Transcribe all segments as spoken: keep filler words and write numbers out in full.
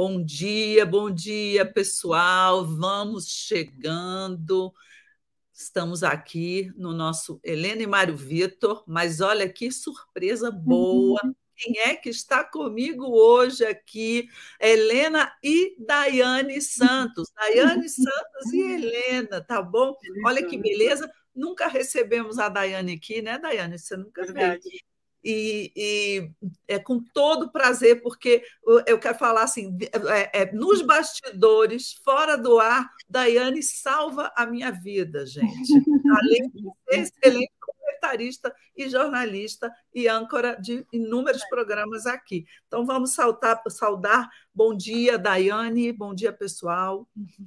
Bom dia, bom dia, pessoal. Vamos chegando. Estamos aqui no nosso Helena e Mário Vitor, mas olha que surpresa boa. Quem é que está comigo hoje aqui? Helena e Daiane Santos. Daiane Santos e Helena, tá bom? Olha que beleza. Nunca recebemos a Daiane aqui, né, Daiane? Você nunca veio. E, e é com todo prazer, porque eu quero falar assim, é, é, nos bastidores, fora do ar, Daiane salva a minha vida, gente. Além de ser excelente comentarista e jornalista e âncora de inúmeros programas aqui. Então, vamos saltar, saudar. Bom dia, Daiane. Bom dia, pessoal.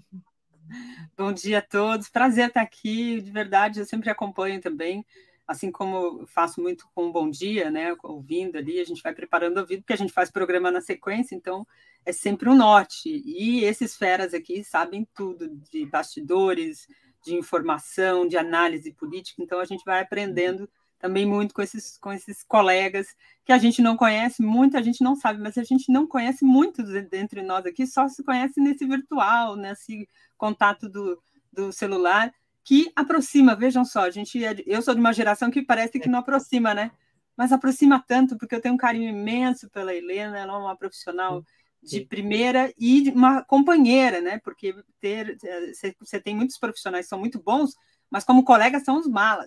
Bom dia a todos. Prazer estar aqui, de verdade, eu sempre acompanho também. Assim como faço muito com o Bom Dia, né, ouvindo ali, a gente vai preparando o ouvido, porque a gente faz programa na sequência, então é sempre um norte. E esses feras aqui sabem tudo de bastidores, de informação, de análise política, então a gente vai aprendendo também muito com esses, com esses colegas que a gente não conhece, muita gente não sabe, mas a gente não conhece muito entre nós aqui, só se conhece nesse virtual, nesse contato do, do celular, que aproxima, vejam só, a gente, eu sou de uma geração que parece que não aproxima, né? Mas aproxima tanto, porque eu tenho um carinho imenso pela Helena, ela é uma profissional de primeira e uma companheira, né? Porque ter, você tem muitos profissionais que são muito bons, mas como colegas são os malas.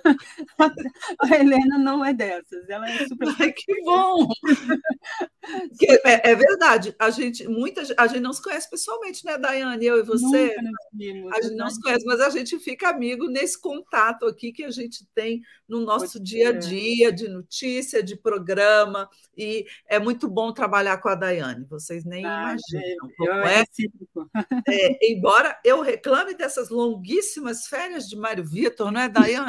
A Helena não é dessas, ela é super... Ai, que bom! É, é verdade, a gente, muita, a gente não se conhece pessoalmente, né, Daiane? Eu e você? Nunca nos vimos, a gente não se conhece, mas a gente fica amigo nesse contato aqui que a gente tem no nosso dia a dia, de notícia, de programa, e é muito bom trabalhar com a Daiane, vocês nem ah, imaginam. Eu é? É, embora eu reclame dessas longuíssimas férias de Mário Vitor, não é, Daiane?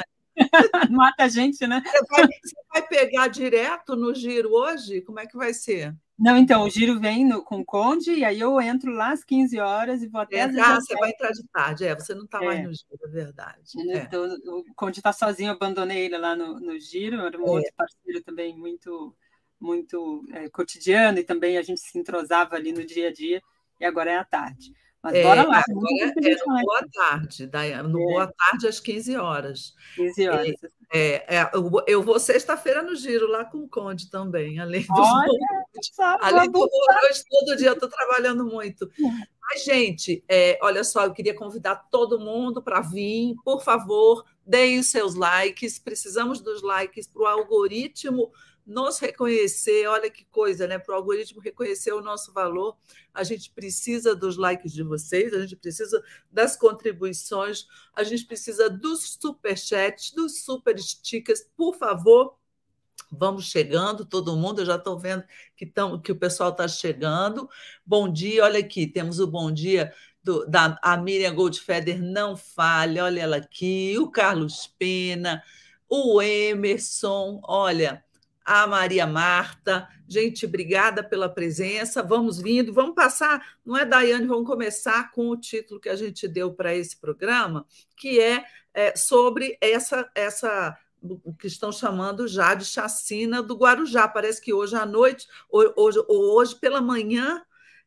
Mata a gente, né? Você vai, você vai pegar direto no giro hoje? Como é que vai ser? Não, então, o giro vem no, com o Conde, e aí eu entro lá às quinze horas e vou até é, às Ah, você vai entrar de tarde, é, você não está é. mais no giro, é verdade. É. Tô, o Conde está sozinho, eu abandonei ele lá no, no giro, era um é. outro parceiro também muito, muito é, cotidiano, e também a gente se entrosava ali no dia a dia, e agora é à tarde. Mas é, bora lá. Agora é no Boa Tarde, Daiane, no é. Boa Tarde às quinze horas. quinze horas. É, é, eu, eu vou sexta-feira no giro lá com o Conde também, além dos Olha, só, além do hoje, todo dia eu estou trabalhando muito. Mas, gente, é, olha só, eu queria convidar todo mundo para vir, por favor, deem os seus likes, precisamos dos likes para o algoritmo nos reconhecer, olha que coisa, né? Para o algoritmo reconhecer o nosso valor, a gente precisa dos likes de vocês, a gente precisa das contribuições, a gente precisa dos superchats, dos super stickers, por favor, vamos chegando, todo mundo, eu já estou vendo que, tão, que o pessoal está chegando. Bom dia, olha aqui, temos o bom dia do, da a Miriam Goldfeder, não falha, olha ela aqui, o Carlos Pena, o Emerson, olha... a Maria Marta. Gente, obrigada pela presença. Vamos vindo, vamos passar, não é, Daiane? Vamos começar com o título que a gente deu para esse programa, que é, é sobre essa, essa que estão chamando já de chacina do Guarujá. Parece que hoje à noite, ou hoje, ou hoje pela manhã,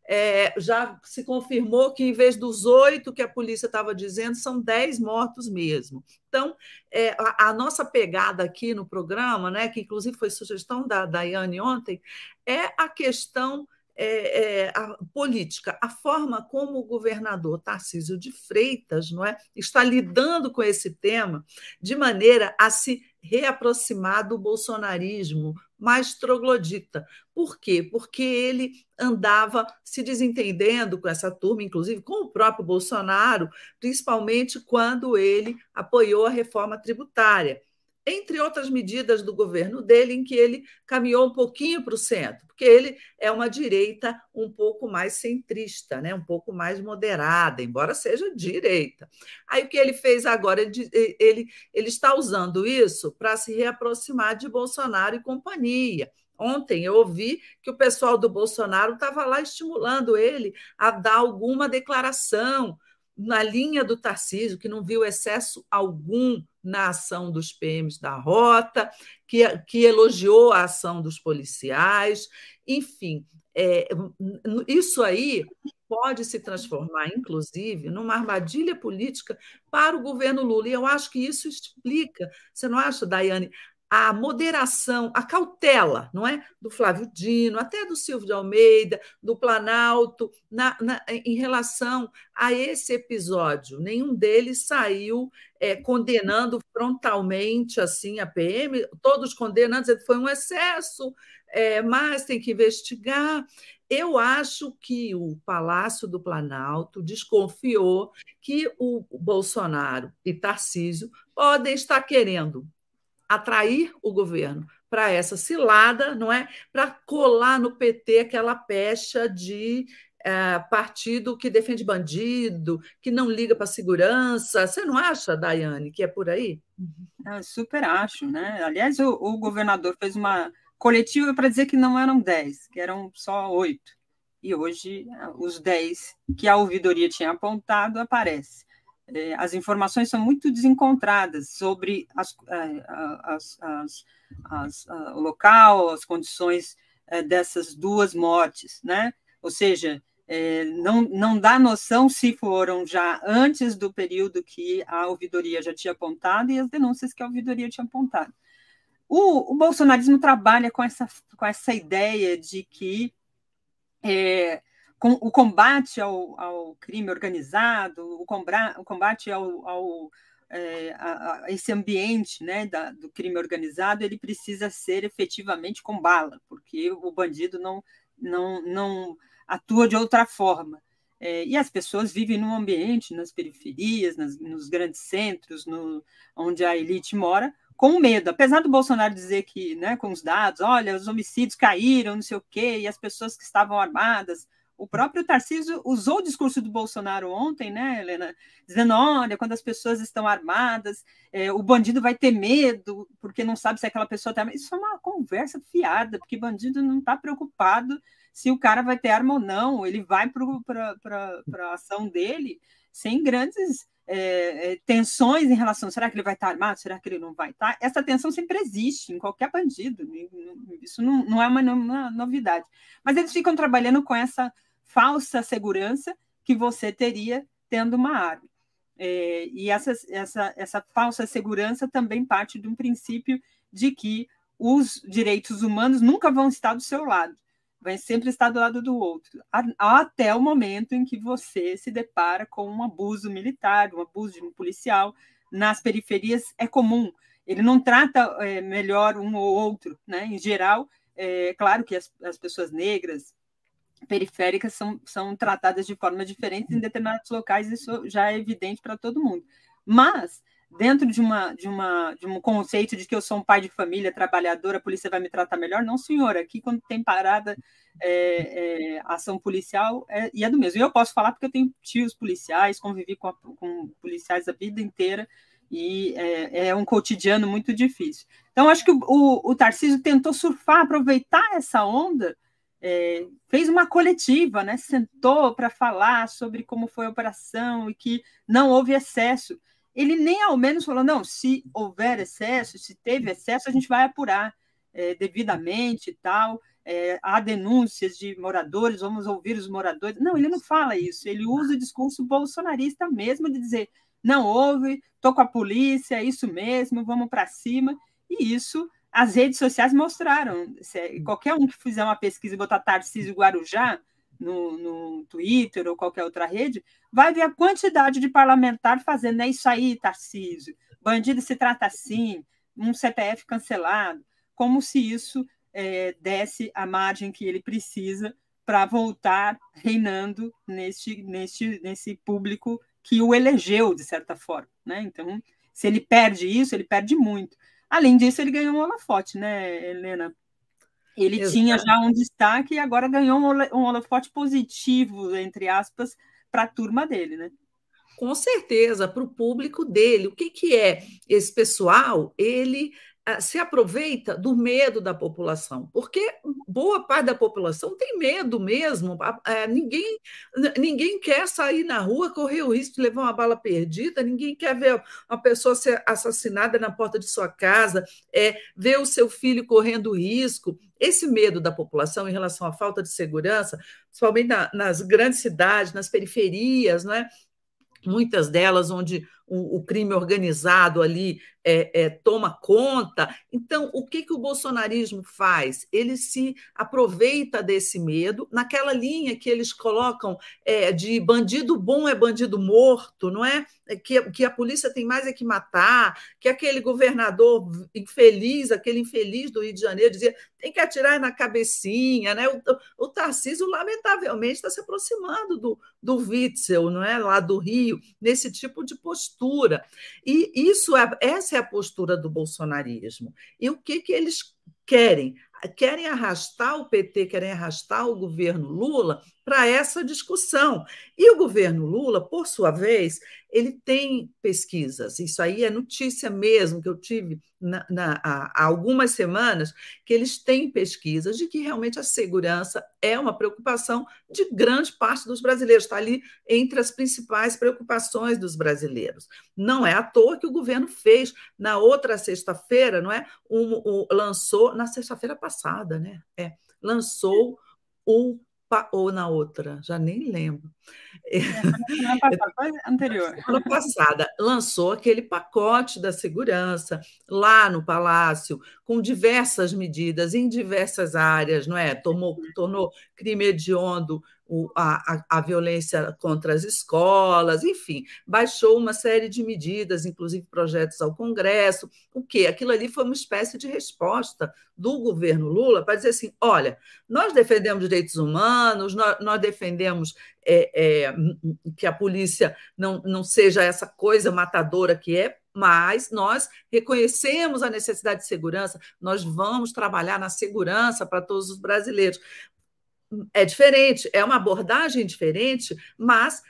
É, já se confirmou que, em vez dos oito que a polícia estava dizendo, são dez mortos mesmo. Então, é, a, a nossa pegada aqui no programa, né, que inclusive foi sugestão da Daiane ontem, é a questão é, é, a política, a forma como o governador Tarcísio de Freitas, não é, está lidando com esse tema de maneira a se reaproximar do bolsonarismo mais troglodita. Por quê? Porque ele andava se desentendendo com essa turma, inclusive com o próprio Bolsonaro, principalmente quando ele apoiou a reforma tributária, entre outras medidas do governo dele, em que ele caminhou um pouquinho para o centro, porque ele é uma direita um pouco mais centrista, né? Um pouco mais moderada, embora seja direita. Aí o que ele fez agora? Ele, ele, ele está usando isso para se reaproximar de Bolsonaro e companhia. Ontem eu ouvi que o pessoal do Bolsonaro estava lá estimulando ele a dar alguma declaração na linha do Tarcísio, que não viu excesso algum na ação dos P Ms da Rota, que, que elogiou a ação dos policiais, enfim, é, isso aí pode se transformar, inclusive, numa armadilha política para o governo Lula. E eu acho que isso explica, você não acha, Daiane, a moderação, a cautela, não é? Do Flávio Dino, até do Silvio de Almeida, do Planalto, na, na, em relação a esse episódio. Nenhum deles saiu é, condenando frontalmente assim a P M, todos condenando, dizendo que foi um excesso, é, mas tem que investigar. Eu acho que o Palácio do Planalto desconfiou que o Bolsonaro e Tarcísio podem estar querendo atrair o governo para essa cilada, não é? Para colar no P T aquela pecha de é, partido que defende bandido, que não liga para a segurança. Você não acha, Daiane, que é por aí? Eu super acho, né? Aliás, o, o governador fez uma coletiva para dizer que não eram dez, que eram só oito. E hoje os dez que a ouvidoria tinha apontado aparecem. As informações são muito desencontradas sobre as, as, as, as, o local, as condições dessas duas mortes, né? Ou seja, não, não dá noção se foram já antes do período que a ouvidoria já tinha apontado e as denúncias que a ouvidoria tinha apontado. O, o bolsonarismo trabalha com essa, com essa ideia de que é, com o combate ao, ao crime organizado, o, combra, o combate ao, ao é, a, a esse ambiente, né, da, do crime organizado, ele precisa ser efetivamente com bala, porque o bandido não, não, não atua de outra forma. É, e as pessoas vivem num ambiente, nas periferias, nas, nos grandes centros, no, onde a elite mora, com medo. Apesar do Bolsonaro dizer que, né, com os dados, olha, os homicídios caíram, não sei o quê, e as pessoas que estavam armadas, o próprio Tarcísio usou o discurso do Bolsonaro ontem, né, Helena, dizendo, olha, quando as pessoas estão armadas, é, o bandido vai ter medo, porque não sabe se aquela pessoa está... Isso é uma conversa fiada, porque bandido não está preocupado se o cara vai ter arma ou não, ele vai para a ação dele sem grandes é, tensões em relação, será que ele vai estar armado, será que ele não vai estar? Essa tensão sempre existe em qualquer bandido, isso não, não é uma, uma novidade. Mas eles ficam trabalhando com essa falsa segurança que você teria tendo uma arma. É, e essa, essa, essa falsa segurança também parte de um princípio de que os direitos humanos nunca vão estar do seu lado, vai sempre estar do lado do outro, até o momento em que você se depara com um abuso militar, um abuso de um policial. Nas periferias é comum, ele não trata é, melhor um ou outro, né? Em geral, é claro que as, as pessoas negras, periféricas, são, são tratadas de forma diferente em determinados locais, isso já é evidente para todo mundo. Mas dentro de, uma, de, uma, de um conceito de que eu sou um pai de família, trabalhador, a polícia vai me tratar melhor? Não, senhor. Aqui, quando tem parada, é, é, ação policial, é, e é do mesmo. E eu posso falar porque eu tenho tios policiais, convivi com, a, com policiais a vida inteira, e é, é um cotidiano muito difícil. Então, acho que o, o, o Tarcísio tentou surfar, aproveitar essa onda, é, fez uma coletiva, né? Sentou para falar sobre como foi a operação e que não houve excesso. Ele nem ao menos falou, não, se houver excesso, se teve excesso, a gente vai apurar é, devidamente e tal. É, há denúncias de moradores, vamos ouvir os moradores. Não, ele não fala isso, ele usa o discurso bolsonarista mesmo de dizer, não houve, estou com a polícia, é isso mesmo, vamos para cima. E isso as redes sociais mostraram. Se, qualquer um que fizer uma pesquisa e botar Tarcísio Guarujá, No, no Twitter ou qualquer outra rede, vai ver a quantidade de parlamentar fazendo, é isso aí, Tarcísio, bandido se trata assim, um C P F cancelado, como se isso é, desse a margem que ele precisa para voltar reinando neste, neste, nesse público que o elegeu, de certa forma. Né? Então, se ele perde isso, ele perde muito. Além disso, ele ganhou um holofote, né, Helena? Ele Exato. Tinha já um destaque e agora ganhou um holofote positivo, entre aspas, para a turma dele, né? Com certeza, para o público dele. O que, que é esse pessoal? Ele se aproveita do medo da população, porque boa parte da população tem medo mesmo. É, ninguém, ninguém quer sair na rua, correr o risco de levar uma bala perdida, ninguém quer ver uma pessoa ser assassinada na porta de sua casa, é, ver o seu filho correndo risco. Esse medo da população em relação à falta de segurança, principalmente na, nas grandes cidades, nas periferias, não é? Muitas delas onde o, o crime organizado ali é, é, toma conta. Então, o que, que o bolsonarismo faz? Ele se aproveita desse medo, naquela linha que eles colocam é, de bandido bom é bandido morto, não é? Que, que a polícia tem mais é que matar, que aquele governador infeliz, aquele infeliz do Rio de Janeiro dizia tem que atirar na cabecinha, né? O, o Tarcísio, lamentavelmente, está se aproximando do, do Witzel, não é? Lá do Rio, nesse tipo de postura. E isso é, essa é a postura do bolsonarismo. E o que, que eles querem? Querem arrastar o P T, querem arrastar o governo Lula para essa discussão. E o governo Lula, por sua vez, ele tem pesquisas, isso aí é notícia mesmo, que eu tive na, na, há algumas semanas, que eles têm pesquisas de que realmente a segurança é uma preocupação de grande parte dos brasileiros, está ali entre as principais preocupações dos brasileiros. Não é à toa que o governo fez, na outra sexta-feira, não é? Um, um, lançou, na sexta-feira passada, né? É, lançou o ou na outra, já nem lembro. É, semana passada, foi anterior. Semana passada, lançou aquele pacote da segurança lá no Palácio, com diversas medidas em diversas áreas, não é? Tomou, tornou crime hediondo a, a, a violência contra as escolas, enfim, baixou uma série de medidas, inclusive projetos ao Congresso. O quê? Aquilo ali foi uma espécie de resposta do governo Lula para dizer assim: olha, nós defendemos direitos humanos, nós, nós defendemos é, é, que a polícia não, não seja essa coisa matadora que é, mas nós reconhecemos a necessidade de segurança, nós vamos trabalhar na segurança para todos os brasileiros. É diferente, é uma abordagem diferente, mas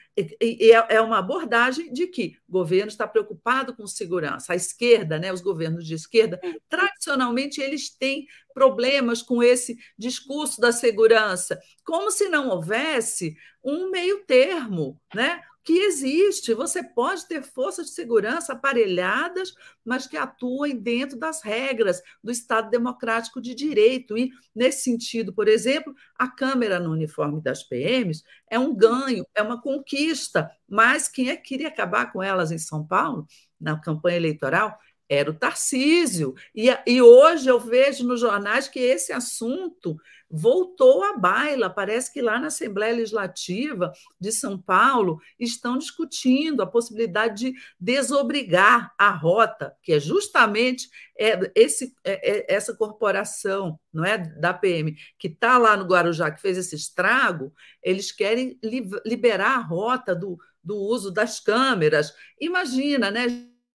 é uma abordagem de que o governo está preocupado com segurança. A esquerda, né, os governos de esquerda, tradicionalmente, eles têm problemas com esse discurso da segurança, como se não houvesse um meio termo, né? Que existe. Você pode ter forças de segurança aparelhadas, mas que atuem dentro das regras do Estado Democrático de Direito. E, nesse sentido, por exemplo, a câmera no uniforme das P Ms é um ganho, é uma conquista, mas quem é que queria acabar com elas em São Paulo, na campanha eleitoral, era o Tarcísio. E, e hoje eu vejo nos jornais que esse assunto voltou à baila. Parece que lá na Assembleia Legislativa de São Paulo estão discutindo a possibilidade de desobrigar a rota, que é justamente esse, essa corporação, não é, da P M, que está lá no Guarujá, que fez esse estrago. Eles querem liberar a rota do, do uso das câmeras. Imagina, né,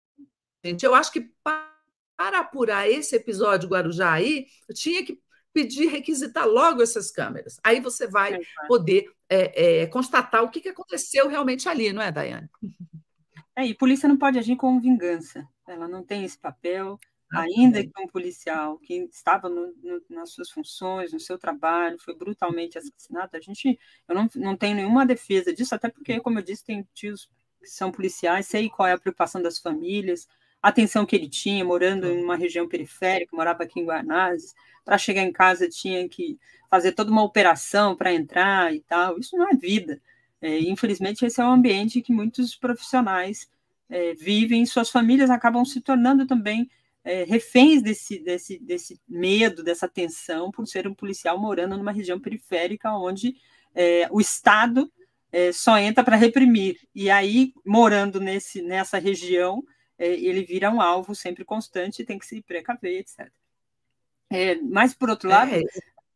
gente? Eu acho que para apurar esse episódio Guarujá aí, tinha que pedir, requisitar logo essas câmeras. Aí você vai poder é, é, constatar o que, que aconteceu realmente ali, não é, Daiane? É, e polícia não pode agir com vingança. Ela não tem esse papel, ah, ainda que um policial que estava no, no, nas suas funções, no seu trabalho, foi brutalmente assassinado. A gente, eu não, não tenho nenhuma defesa disso, até porque, como eu disse, tem tios que são policiais, sei qual é a preocupação das famílias, a atenção que ele tinha, morando em uma região periférica, morava aqui em Guanazes, para chegar em casa tinha que fazer toda uma operação para entrar e tal. Isso não é vida. É, infelizmente, esse é o ambiente que muitos profissionais é, vivem, e suas famílias acabam se tornando também é, reféns desse, desse, desse medo, dessa tensão, por ser um policial morando numa região periférica onde é, o Estado é, só entra para reprimir. E aí, morando nesse, nessa região, é, ele vira um alvo sempre constante, tem que se precaver, etcétera. É, mas, por outro lado, é.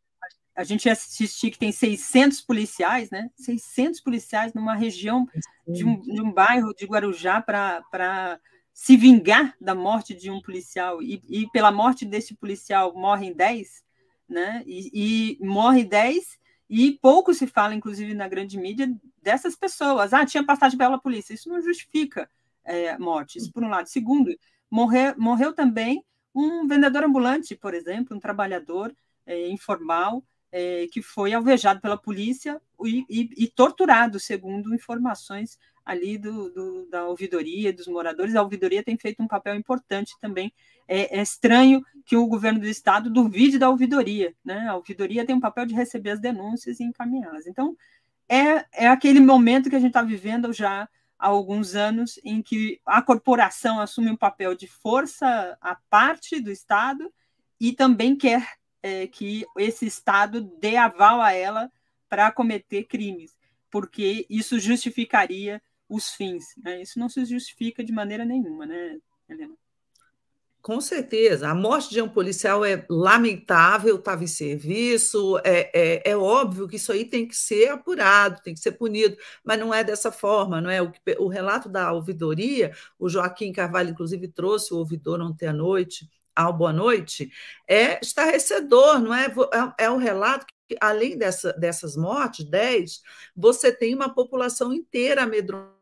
a gente assiste que tem seiscentos policiais, né? seiscentos policiais numa região de um, de um bairro de Guarujá para se vingar da morte de um policial. E, e pela morte desse policial morrem dez, né? E, e morre dez, e pouco se fala, inclusive na grande mídia, dessas pessoas. Ah, tinha passagem pela polícia. Isso não justifica é, morte, isso por um lado. Segundo, morreu, morreu também um vendedor ambulante, por exemplo, um trabalhador é, informal, é, que foi alvejado pela polícia e, e, e torturado, segundo informações ali do, do, da ouvidoria, dos moradores. A ouvidoria tem feito um papel importante também. É, é estranho que o governo do estado duvide da ouvidoria, né? A ouvidoria tem um papel de receber as denúncias e encaminhá-las. Então, é, é aquele momento que a gente está vivendo já há alguns anos, em que a corporação assume um papel de força à parte do Estado e também quer é, que esse Estado dê aval a ela para cometer crimes, porque isso justificaria os fins, né? Isso não se justifica de maneira nenhuma, né, Helena? Com certeza, a morte de um policial é lamentável, estava em serviço, é, é, é óbvio que isso aí tem que ser apurado, tem que ser punido, mas não é dessa forma, não é? O, o relato da ouvidoria, o Joaquim Carvalho, inclusive, trouxe o ouvidor ontem à noite, ao Boa Noite, é estarrecedor, não é? É, é um relato que, além dessa, dessas mortes, dez, você tem uma população inteira amedrontada,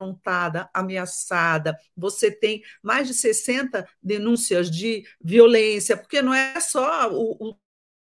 ameaçada, você tem mais de sessenta denúncias de violência, porque não é só o,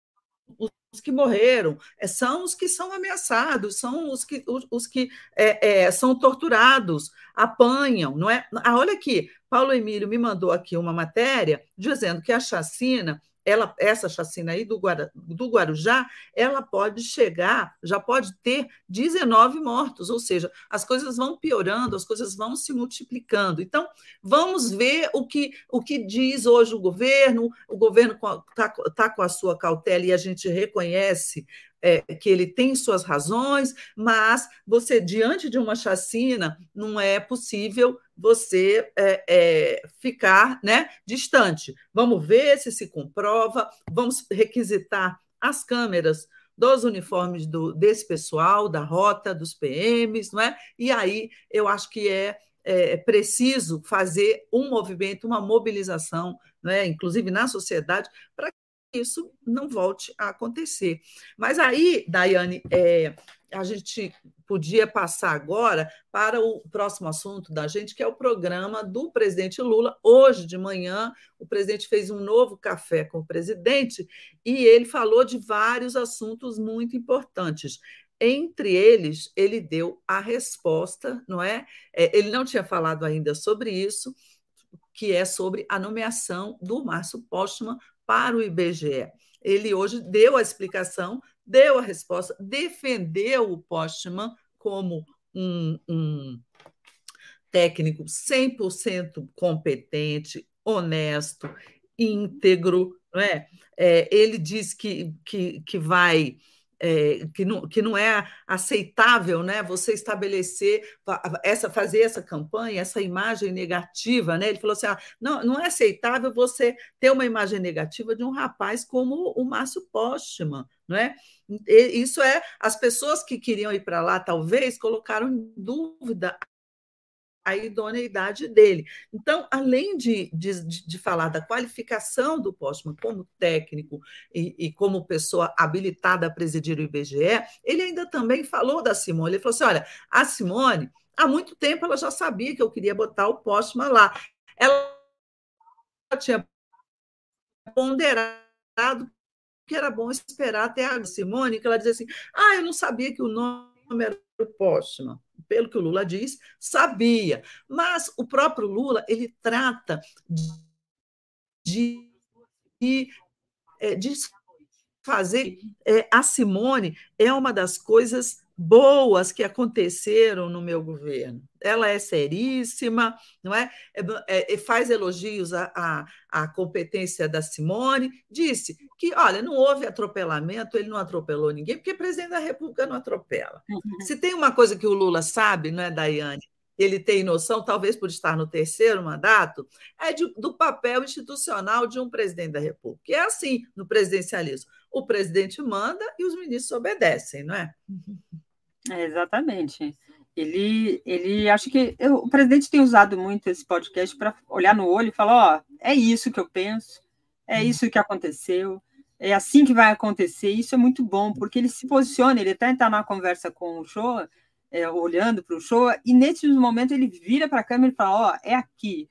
o, os que morreram, são os que são ameaçados, são os que, os, os que é, é, são torturados, apanham, não é? Ah, olha aqui, Paulo Emílio me mandou aqui uma matéria dizendo que a chacina, ela, essa chacina aí do, Guara, do Guarujá, ela pode chegar, já pode ter dezenove mortos, ou seja, as coisas vão piorando, as coisas vão se multiplicando. Então, vamos ver o que, o que diz hoje o governo, o governo está tá com a sua cautela e a gente reconhece É, que ele tem suas razões, mas você, diante de uma chacina, não é possível você é, é, ficar, né, distante. Vamos ver se se comprova, vamos requisitar as câmeras dos uniformes do, desse pessoal, da rota, dos P Ms, não é? E aí eu acho que é, é preciso fazer um movimento, uma mobilização, né, inclusive na sociedade, para isso não volte a acontecer. Mas aí, Daiane, é, a gente podia passar agora para o próximo assunto da gente, que é o programa do presidente Lula. Hoje de manhã, o presidente fez um novo café com o presidente e ele falou de vários assuntos muito importantes. Entre eles, ele deu a resposta, não é? é ele não tinha falado ainda sobre isso, que é sobre a nomeação do Márcio Postman para o I B G E. Ele hoje deu a explicação, deu a resposta, defendeu o Postman como um, um técnico cem por cento competente, honesto, íntegro, não é? É, ele diz que, que, que vai... É, que, não, que não é aceitável, né, você estabelecer, essa, fazer essa campanha, essa imagem negativa, né? Ele falou assim: ah, não, não é aceitável você ter uma imagem negativa de um rapaz como o Márcio Postman, não é? Isso é, as pessoas que queriam ir para lá, talvez, colocaram em dúvida a idoneidade dele. Então, além de, de, de falar da qualificação do Postman como técnico e, e como pessoa habilitada a presidir o I B G E, ele ainda também falou da Simone. Ele falou assim: olha, a Simone, há muito tempo ela já sabia que eu queria botar o Postman lá. Ela tinha ponderado que era bom esperar até a Simone, que ela dizia assim: ah, eu não sabia que o nome era o Postman. Pelo que o Lula diz, sabia. Mas o próprio Lula, ele trata de, de, de fazer... É, a Simone é uma das coisas boas que aconteceram no meu governo. Ela é seríssima, não é? É, é faz elogios à, à, à competência da Simone, disse que, olha, não houve atropelamento, ele não atropelou ninguém, porque o presidente da República não atropela. Se tem uma coisa que o Lula sabe, não é, Daiane? Ele tem noção, talvez por estar no terceiro mandato, é de, do papel institucional de um presidente da República. Que é assim no presidencialismo: o presidente manda e os ministros obedecem, não é? É, exatamente. Ele, ele acho que eu, o presidente tem usado muito esse podcast para olhar no olho e falar: ó, é isso que eu penso, é isso que aconteceu, é assim que vai acontecer. Isso é muito bom, porque ele se posiciona, ele até está na conversa com o Shoa, é, olhando para o Shoa, e nesse momento ele vira para a câmera e fala: ó, é aqui.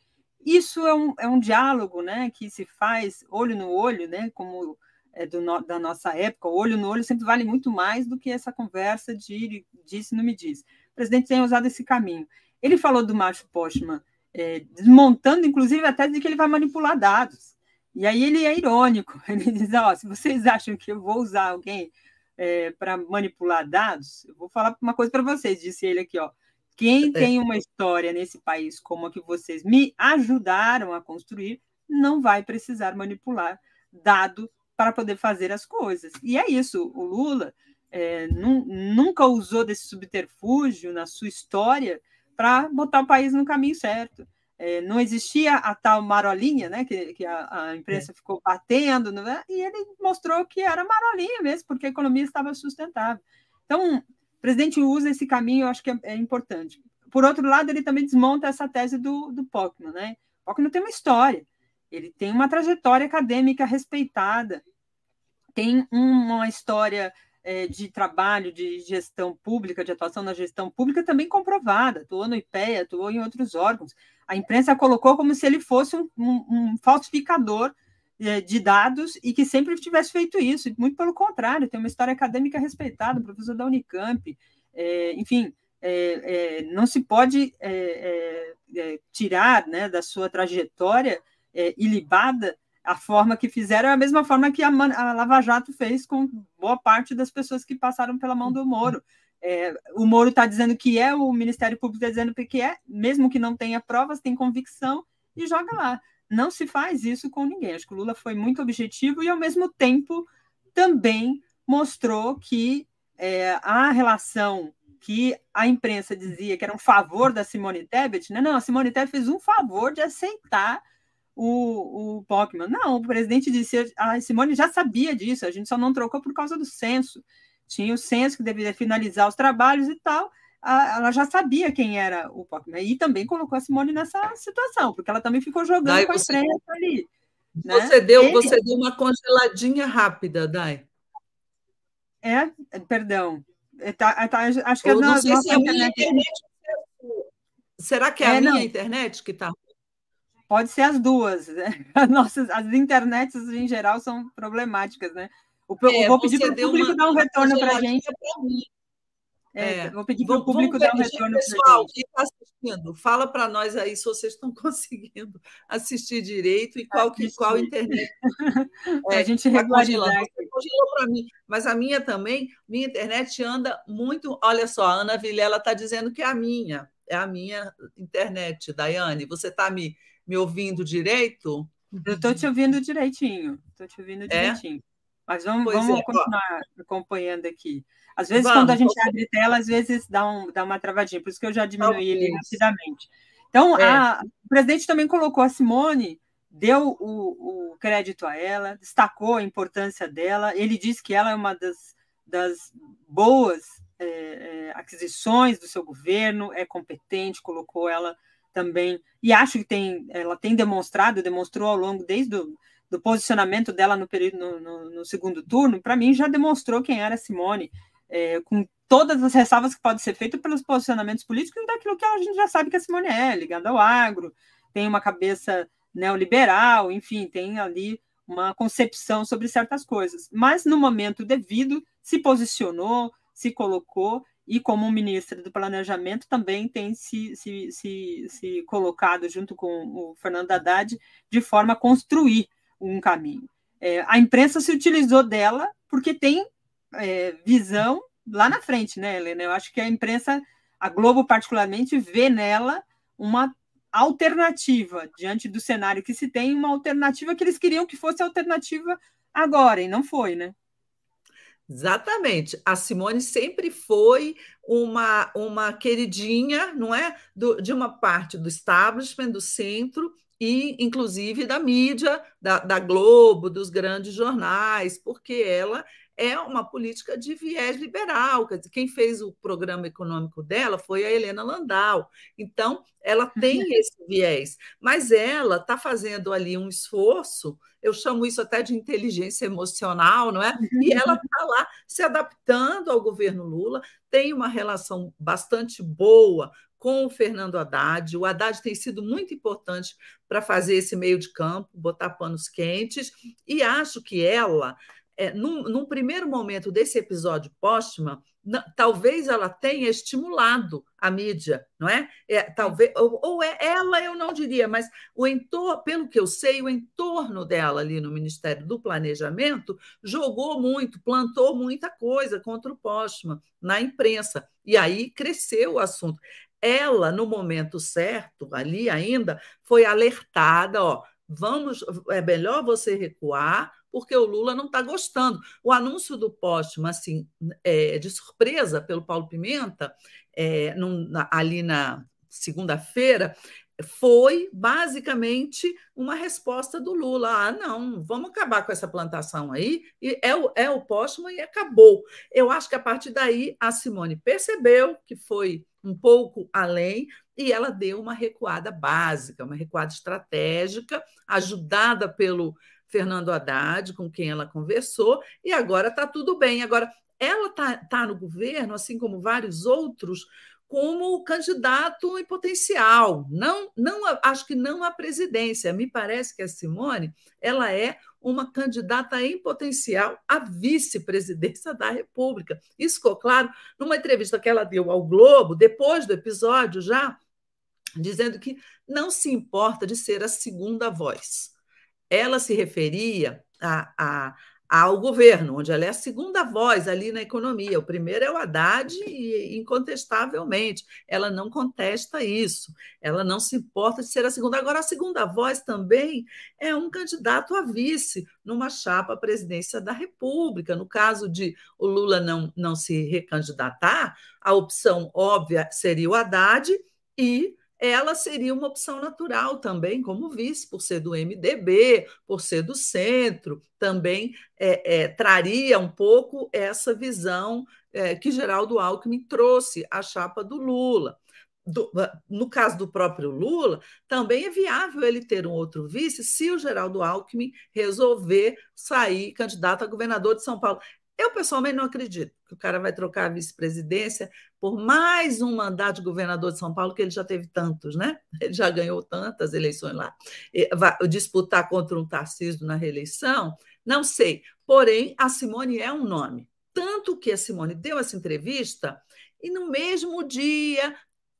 isso é um, é um diálogo, né, que se faz olho no olho, né, como é do no, da nossa época, olho no olho sempre vale muito mais do que essa conversa de disse, não me diz. O presidente tem usado esse caminho. Ele falou do Marshall Postman, é, desmontando, inclusive, a tese de que ele vai manipular dados. E aí ele é irônico, ele diz, ó, se vocês acham que eu vou usar alguém é, para manipular dados, eu vou falar uma coisa para vocês, disse ele aqui, ó, quem tem uma história nesse país como a que vocês me ajudaram a construir, não vai precisar manipular dado para poder fazer as coisas. E é isso, o Lula é, nunca usou desse subterfúgio na sua história para botar o país no caminho certo. É, não existia a tal marolinha, né, que, que a, a imprensa é. ficou batendo, né, e ele mostrou que era marolinha mesmo, porque a economia estava sustentável. Então, o presidente usa esse caminho, eu acho que é, é importante. Por outro lado, ele também desmonta essa tese do, do Pockmann, né? O Pockmann tem uma história, ele tem uma trajetória acadêmica respeitada, tem uma história é, de trabalho, de gestão pública, de atuação na gestão pública também comprovada, atuou no IPEA, atuou em outros órgãos. A imprensa colocou como se ele fosse um, um, um falsificador é, de dados e que sempre tivesse feito isso, muito pelo contrário, tem uma história acadêmica respeitada, professor da Unicamp, é, enfim, é, é, não se pode é, é, tirar, né, da sua trajetória é, ilibada a forma que fizeram, é a mesma forma que a, a Lava Jato fez com boa parte das pessoas que passaram pela mão do Moro. É, o Moro está dizendo que é, o Ministério Público está dizendo que é, mesmo que não tenha provas, tem convicção e joga lá. Não se faz isso com ninguém. Acho que o Lula foi muito objetivo e, ao mesmo tempo, também mostrou que é, a relação que a imprensa dizia que era um favor da Simone Tebet, né? Não, a Simone Tebet fez um favor de aceitar o, o Pockmann. Não, o presidente disse, a Simone já sabia disso, a gente só não trocou por causa do censo. Tinha o censo que deveria finalizar os trabalhos e tal, a, ela já sabia quem era o Pockmann. E também colocou a Simone nessa situação, porque ela também ficou jogando Dai, com a imprensa você, ali. Você, né? deu, Ele... você deu uma congeladinha rápida, Dai. É? Perdão. Tá, tá, acho que Eu é não na, sei se é a minha internet. Será que é a é, minha não. internet que está? Pode ser as duas. As nossas, as internets, em geral, são problemáticas, né? O, é, eu vou pedir para o público uma, dar um retorno para a gente. Pra mim. É, é. Vou pedir para o público dar um retorno para a gente. Pessoal, quem está assistindo, fala para nós aí se vocês estão conseguindo assistir direito e qual, que, qual internet. Para a é, gente regularizar. Você congelou para mim, mas a minha também, minha internet anda muito. Olha só, a Ana Vilela está dizendo que é a minha, é a minha internet, Daiane. Você está me, me ouvindo direito? Eu estou te ouvindo direitinho, estou te ouvindo direitinho. É? Mas vamos, vamos é. continuar Ó, acompanhando aqui. Às vezes, vamos, quando a gente vamos. abre tela, às vezes dá, um, dá uma travadinha, por isso que eu já diminuí ele rapidamente. Então, é. a, o presidente também colocou a Simone, deu o, o crédito a ela, destacou a importância dela, ele disse que ela é uma das, das boas é, é, aquisições do seu governo, é competente, colocou ela também, e acho que tem, ela tem demonstrado, demonstrou ao longo, desde o do posicionamento dela no, período, no, no, no segundo turno, para mim já demonstrou quem era a Simone, é, com todas as ressalvas que podem ser feitas pelos posicionamentos políticos e daquilo que a gente já sabe que a Simone é, ligada ao agro, tem uma cabeça neoliberal, enfim, tem ali uma concepção sobre certas coisas. Mas, no momento devido, se posicionou, se colocou, e como ministra do Planejamento também tem se, se, se, se colocado junto com o Fernando Haddad de forma a construir um caminho. É, a imprensa se utilizou dela porque tem é, visão lá na frente, né, Helena? Eu acho que a imprensa, a Globo particularmente, vê nela uma alternativa diante do cenário que se tem, uma alternativa que eles queriam que fosse alternativa agora, e não foi, né? Exatamente. A Simone sempre foi uma, uma queridinha, não é? Do, de uma parte do establishment, do centro, e inclusive da mídia, da, da Globo, dos grandes jornais, porque ela é uma política de viés liberal. Quer dizer, quem fez o programa econômico dela foi a Helena Landau. Então, ela tem esse viés, mas ela está fazendo ali um esforço, eu chamo isso até de inteligência emocional, não é? E ela está lá se adaptando ao governo Lula, tem uma relação bastante boa com o Fernando Haddad. O Haddad tem sido muito importante para fazer esse meio de campo, botar panos quentes, e acho que ela, é, num, num primeiro momento desse episódio póstuma, não, talvez ela tenha estimulado a mídia, não é? é talvez, ou, ou é ela, eu não diria, mas o entorno, pelo que eu sei, o entorno dela ali no Ministério do Planejamento jogou muito, plantou muita coisa contra o póstuma na imprensa, e aí cresceu o assunto. Ela, no momento certo, ali ainda, foi alertada, ó, vamos, é melhor você recuar, porque o Lula não está gostando. O anúncio do póstuma, assim, é, de surpresa pelo Paulo Pimenta, é, num, na, ali na segunda-feira, foi basicamente uma resposta do Lula. Ah, não, vamos acabar com essa plantação aí, e é o, é o póstuma e acabou. Eu acho que a partir daí a Simone percebeu que foi um pouco além, e ela deu uma recuada básica, uma recuada estratégica, ajudada pelo Fernando Haddad, com quem ela conversou, e agora está tudo bem. Agora, ela está tá no governo, assim como vários outros, como candidato em potencial. Não, não, acho que não à presidência. Me parece que a Simone ela é uma candidata em potencial à vice-presidência da República. Isso ficou claro numa entrevista que ela deu ao Globo, depois do episódio já, dizendo que não se importa de ser a segunda voz. Ela se referia a, a, ao governo, onde ela é a segunda voz ali na economia. O primeiro é o Haddad, e, incontestavelmente, ela não contesta isso, ela não se importa de ser a segunda. Agora, a segunda voz também é um candidato a vice numa chapa à presidência da República. No caso de o Lula não, não se recandidatar, a opção óbvia seria o Haddad, e ela seria uma opção natural também como vice, por ser do M D B, por ser do centro, também é, é, traria um pouco essa visão é, que Geraldo Alckmin trouxe à chapa do Lula. Do, no caso do próprio Lula, também é viável ele ter um outro vice se o Geraldo Alckmin resolver sair candidato a governador de São Paulo. Eu, pessoalmente, não acredito que o cara vai trocar a vice-presidência por mais um mandato de governador de São Paulo, que ele já teve tantos, né? Ele já ganhou tantas eleições lá. Vai disputar contra um Tarcísio na reeleição? Não sei. Porém, a Simone é um nome. Tanto que a Simone deu essa entrevista e, no mesmo dia,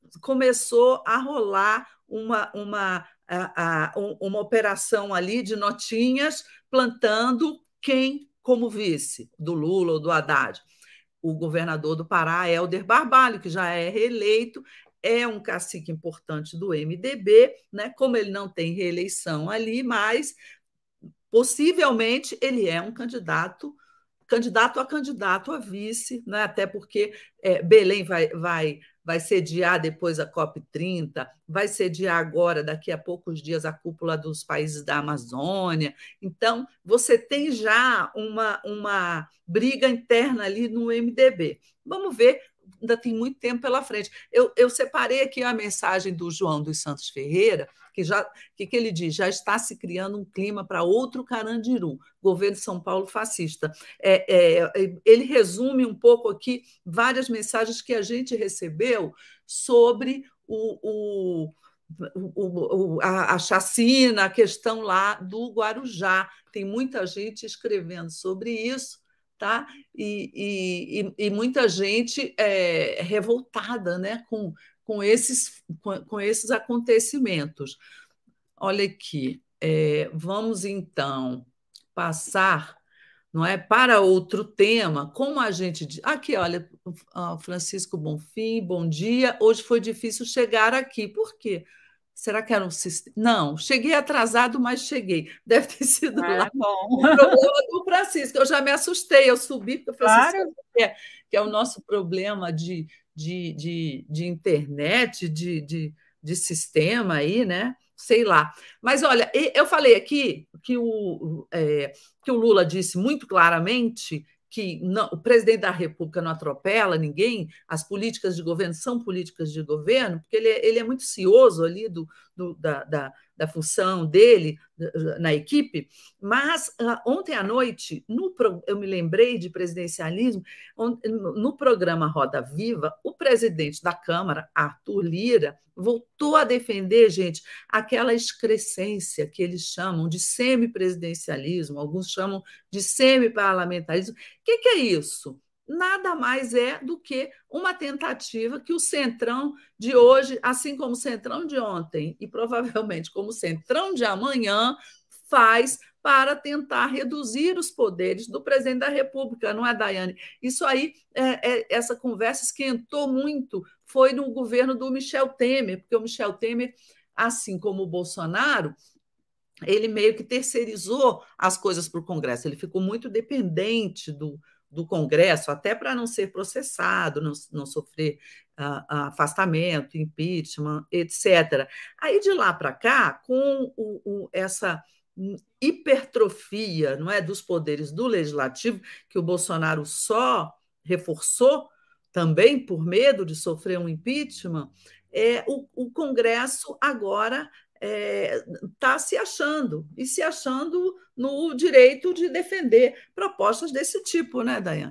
começou a rolar uma, uma, a, a, uma operação ali de notinhas, plantando quem como vice do Lula ou do Haddad. O governador do Pará, Helder Barbalho, que já é reeleito, é um cacique importante do M D B, né? Como ele não tem reeleição ali, mas possivelmente ele é um candidato, candidato a candidato a vice, né? Até porque é, Belém vai, vai vai sediar depois a COP trinta, vai sediar agora, daqui a poucos dias, a cúpula dos países da Amazônia. Então, você tem já uma, uma briga interna ali no M D B. Vamos ver, ainda tem muito tempo pela frente. Eu, eu separei aqui a mensagem do João dos Santos Ferreira, que já que, que ele diz, já está se criando um clima para outro Carandiru, governo de São Paulo fascista. É, é, ele resume um pouco aqui várias mensagens que a gente recebeu sobre o, o, o, a, a chacina, a questão lá do Guarujá. Tem muita gente escrevendo sobre isso, tá? E, e, e muita gente é, revoltada, né, com, com, esses, com, com esses acontecimentos. Olha aqui, é, vamos então passar, não é, para outro tema, como a gente diz. Aqui, olha, Francisco Bonfim, bom dia. Hoje foi difícil chegar aqui. Por quê? Será que era um sistema? Não, cheguei atrasado, mas cheguei. Deve ter sido ah, lá bom. o problema do Francisco. Eu já me assustei, eu subi, porque eu falei claro. assim, que é, que é o nosso problema de, de, de, de internet, de, de, de sistema aí, né? Sei lá. Mas, olha, eu falei aqui que o, é, que o Lula disse muito claramente que não, o presidente da República não atropela ninguém, as políticas de governo são políticas de governo, porque ele é, ele é muito cioso ali do, do, da, da, da função dele na equipe, mas ontem à noite, no, eu me lembrei de presidencialismo, no programa Roda Viva, o presidente da Câmara, Arthur Lira, voltou a defender, gente, aquela excrescência que eles chamam de semipresidencialismo, alguns chamam de semiparlamentarismo. O que, que é isso? Nada mais é do que uma tentativa que o Centrão de hoje, assim como o Centrão de ontem e provavelmente como o Centrão de amanhã, faz para tentar reduzir os poderes do presidente da República, não é, Daiane? Isso aí, é, é, essa conversa esquentou muito, foi no governo do Michel Temer, porque o Michel Temer, assim como o Bolsonaro, ele meio que terceirizou as coisas para o Congresso, ele ficou muito dependente do do Congresso, até para não ser processado, não, não sofrer uh, afastamento, impeachment, etcétera. Aí, de lá para cá, com o, o, essa hipertrofia, não é, dos poderes do Legislativo, que o Bolsonaro só reforçou, também por medo de sofrer um impeachment, é, o, o Congresso agora está é, se achando, e se achando no direito de defender propostas desse tipo, né, Daiane?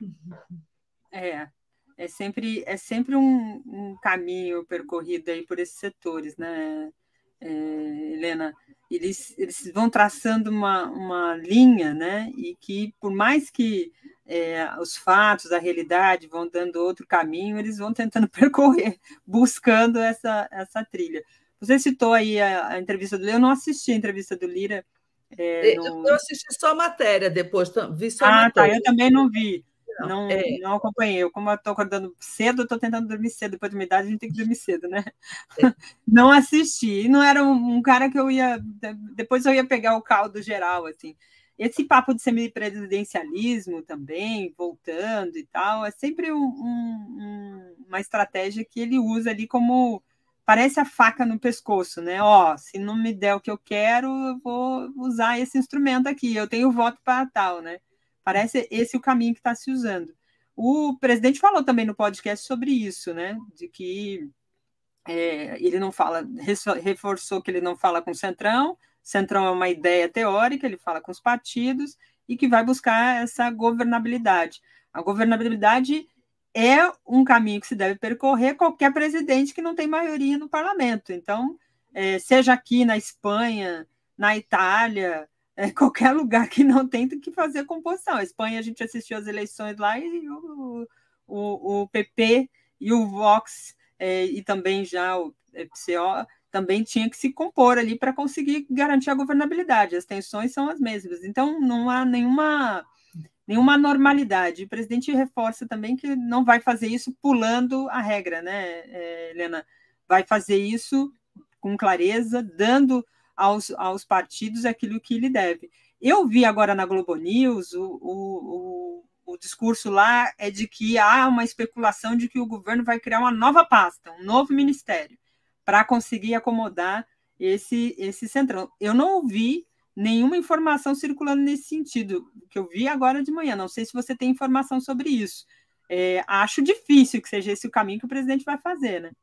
É, é sempre, é sempre um, um caminho percorrido aí por esses setores, né, é, Helena? Eles, eles vão traçando uma, uma linha, né, e que, por mais que é, os fatos, a realidade vão dando outro caminho, eles vão tentando percorrer, buscando essa, essa trilha. Você citou aí a, a entrevista do Lira, eu não assisti a entrevista do Lira. É, no... Eu assisti só a matéria depois, vi só a ah, matéria. Tá, eu também não vi, não, não, é... não acompanhei. Eu, como eu estou acordando cedo, eu estou tentando dormir cedo, depois de uma idade a gente tem que dormir cedo, né? É. Não assisti, não era um, um cara que eu ia... Depois eu ia pegar o caldo geral, assim. Esse papo de semipresidencialismo também, voltando e tal, é sempre um, um, uma estratégia que ele usa ali como... Parece a faca no pescoço, né? Ó, se não me der o que eu quero, eu vou usar esse instrumento aqui. Eu tenho voto para tal, né? Parece esse o caminho que está se usando. O presidente falou também no podcast sobre isso, né? De que é, ele não fala, reforçou que ele não fala com o Centrão. Centrão é uma ideia teórica, ele fala com os partidos e que vai buscar essa governabilidade. A governabilidade é um caminho que se deve percorrer qualquer presidente que não tem maioria no parlamento. Então, é, seja aqui na Espanha, na Itália, é, qualquer lugar que não tem, tem que fazer composição. A Espanha, a gente assistiu as eleições lá e o, o, o P P e o Vox, é, e também já o P C O, também tinha que se compor ali para conseguir garantir a governabilidade. As tensões são as mesmas. Então, não há nenhuma... nenhuma normalidade. O presidente reforça também que não vai fazer isso pulando a regra, né, é, Helena? Vai fazer isso com clareza, dando aos, aos partidos aquilo que lhe deve. Eu vi agora na Globo News, o, o, o, o discurso lá é de que há uma especulação de que o governo vai criar uma nova pasta, um novo ministério, para conseguir acomodar esse, esse centrão. Eu não ouvi nenhuma informação circulando nesse sentido, que eu vi agora de manhã. Não sei se você tem informação sobre isso. É, acho difícil que seja esse o caminho que o presidente vai fazer, né?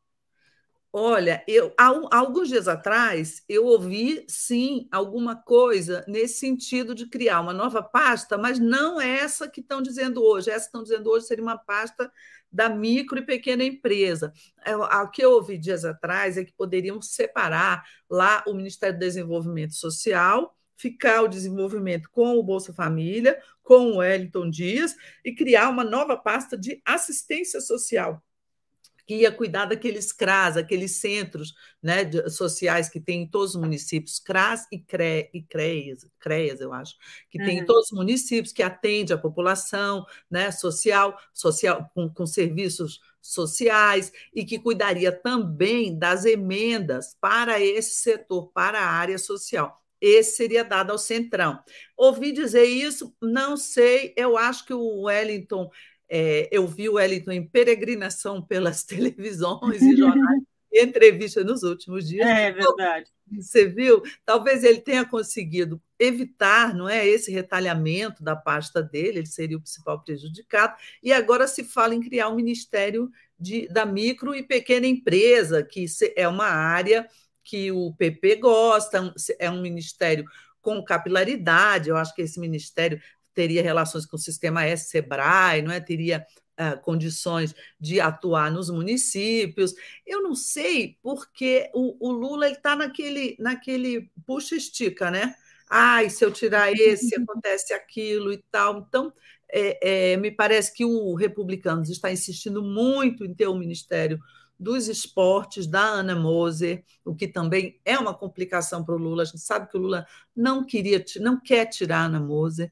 Olha, eu, há, há alguns dias atrás, eu ouvi, sim, alguma coisa nesse sentido de criar uma nova pasta, mas não essa que estão dizendo hoje. Essa que estão dizendo hoje seria uma pasta da micro e pequena empresa. O que eu ouvi dias atrás é que poderiam separar lá o Ministério do Desenvolvimento Social, ficar o desenvolvimento com o Bolsa Família, com o Wellington Dias, e criar uma nova pasta de assistência social, que ia cuidar daqueles C R A S, aqueles centros, né, de, sociais que tem em todos os municípios, C R A S e CRE, e CREAS, CREAS, eu acho, que uhum. tem em todos os municípios, que atende a população, né, social, social com, com serviços sociais, e que cuidaria também das emendas para esse setor, para a área social. Esse seria dado ao Centrão. Ouvi dizer isso, não sei, eu acho que o Wellington... É, eu vi o Wellington em peregrinação pelas televisões e jornais, entrevistas nos últimos dias. É verdade. Você viu? Talvez ele tenha conseguido evitar, não é, esse retalhamento da pasta dele, ele seria o principal prejudicado, e agora se fala em criar um Ministério de, da micro e pequena empresa, que é uma área que o P P gosta, é um ministério com capilaridade, eu acho que esse ministério teria relações com o Sistema S, SEBRAE, não é? Teria uh, condições de atuar nos municípios. Eu não sei porque o, o Lula está naquele, naquele puxa-estica, né? Ai, se eu tirar esse, acontece aquilo e tal. Então, é, é, me parece que o Republicanos está insistindo muito em ter o Ministério dos Esportes, da Ana Moser, o que também é uma complicação para o Lula. A gente sabe que o Lula não queria, não quer tirar a Ana Moser,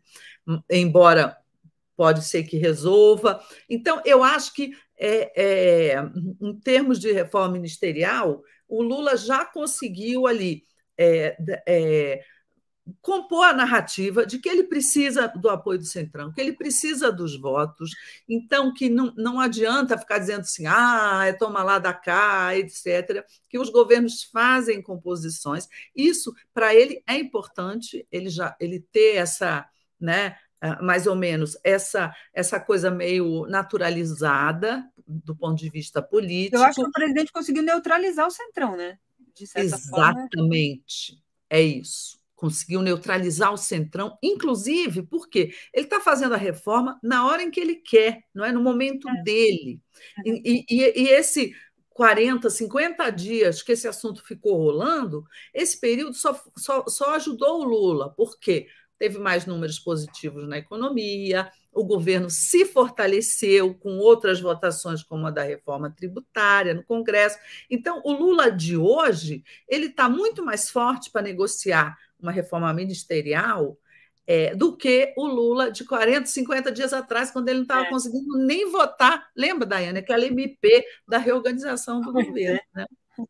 embora pode ser que resolva. Então, eu acho que, é, é, em termos de reforma ministerial, o Lula já conseguiu ali é, é, compor a narrativa de que ele precisa do apoio do Centrão, que ele precisa dos votos, então que não, não adianta ficar dizendo assim, ah, é toma lá da cá, etcétera, que os governos fazem composições. Isso, para ele, é importante, ele, já, ele ter essa, né, mais ou menos, essa, essa coisa meio naturalizada do ponto de vista político. Eu acho que o presidente conseguiu neutralizar o Centrão, né? De certa forma. Exatamente, é isso. Conseguiu neutralizar o Centrão, inclusive porque ele está fazendo a reforma na hora em que ele quer, não é? No momento é. dele. E, e, e esse quarenta, cinquenta dias que esse assunto ficou rolando, esse período só, só, só ajudou o Lula, porque teve mais números positivos na economia, o governo se fortaleceu com outras votações, como a da reforma tributária no Congresso. Então, o Lula de hoje ele está muito mais forte para negociar uma reforma ministerial é, do que o Lula de quarenta, cinquenta dias atrás, quando ele não estava é. conseguindo nem votar. Lembra, Daiane, aquela M P da reorganização do governo, né?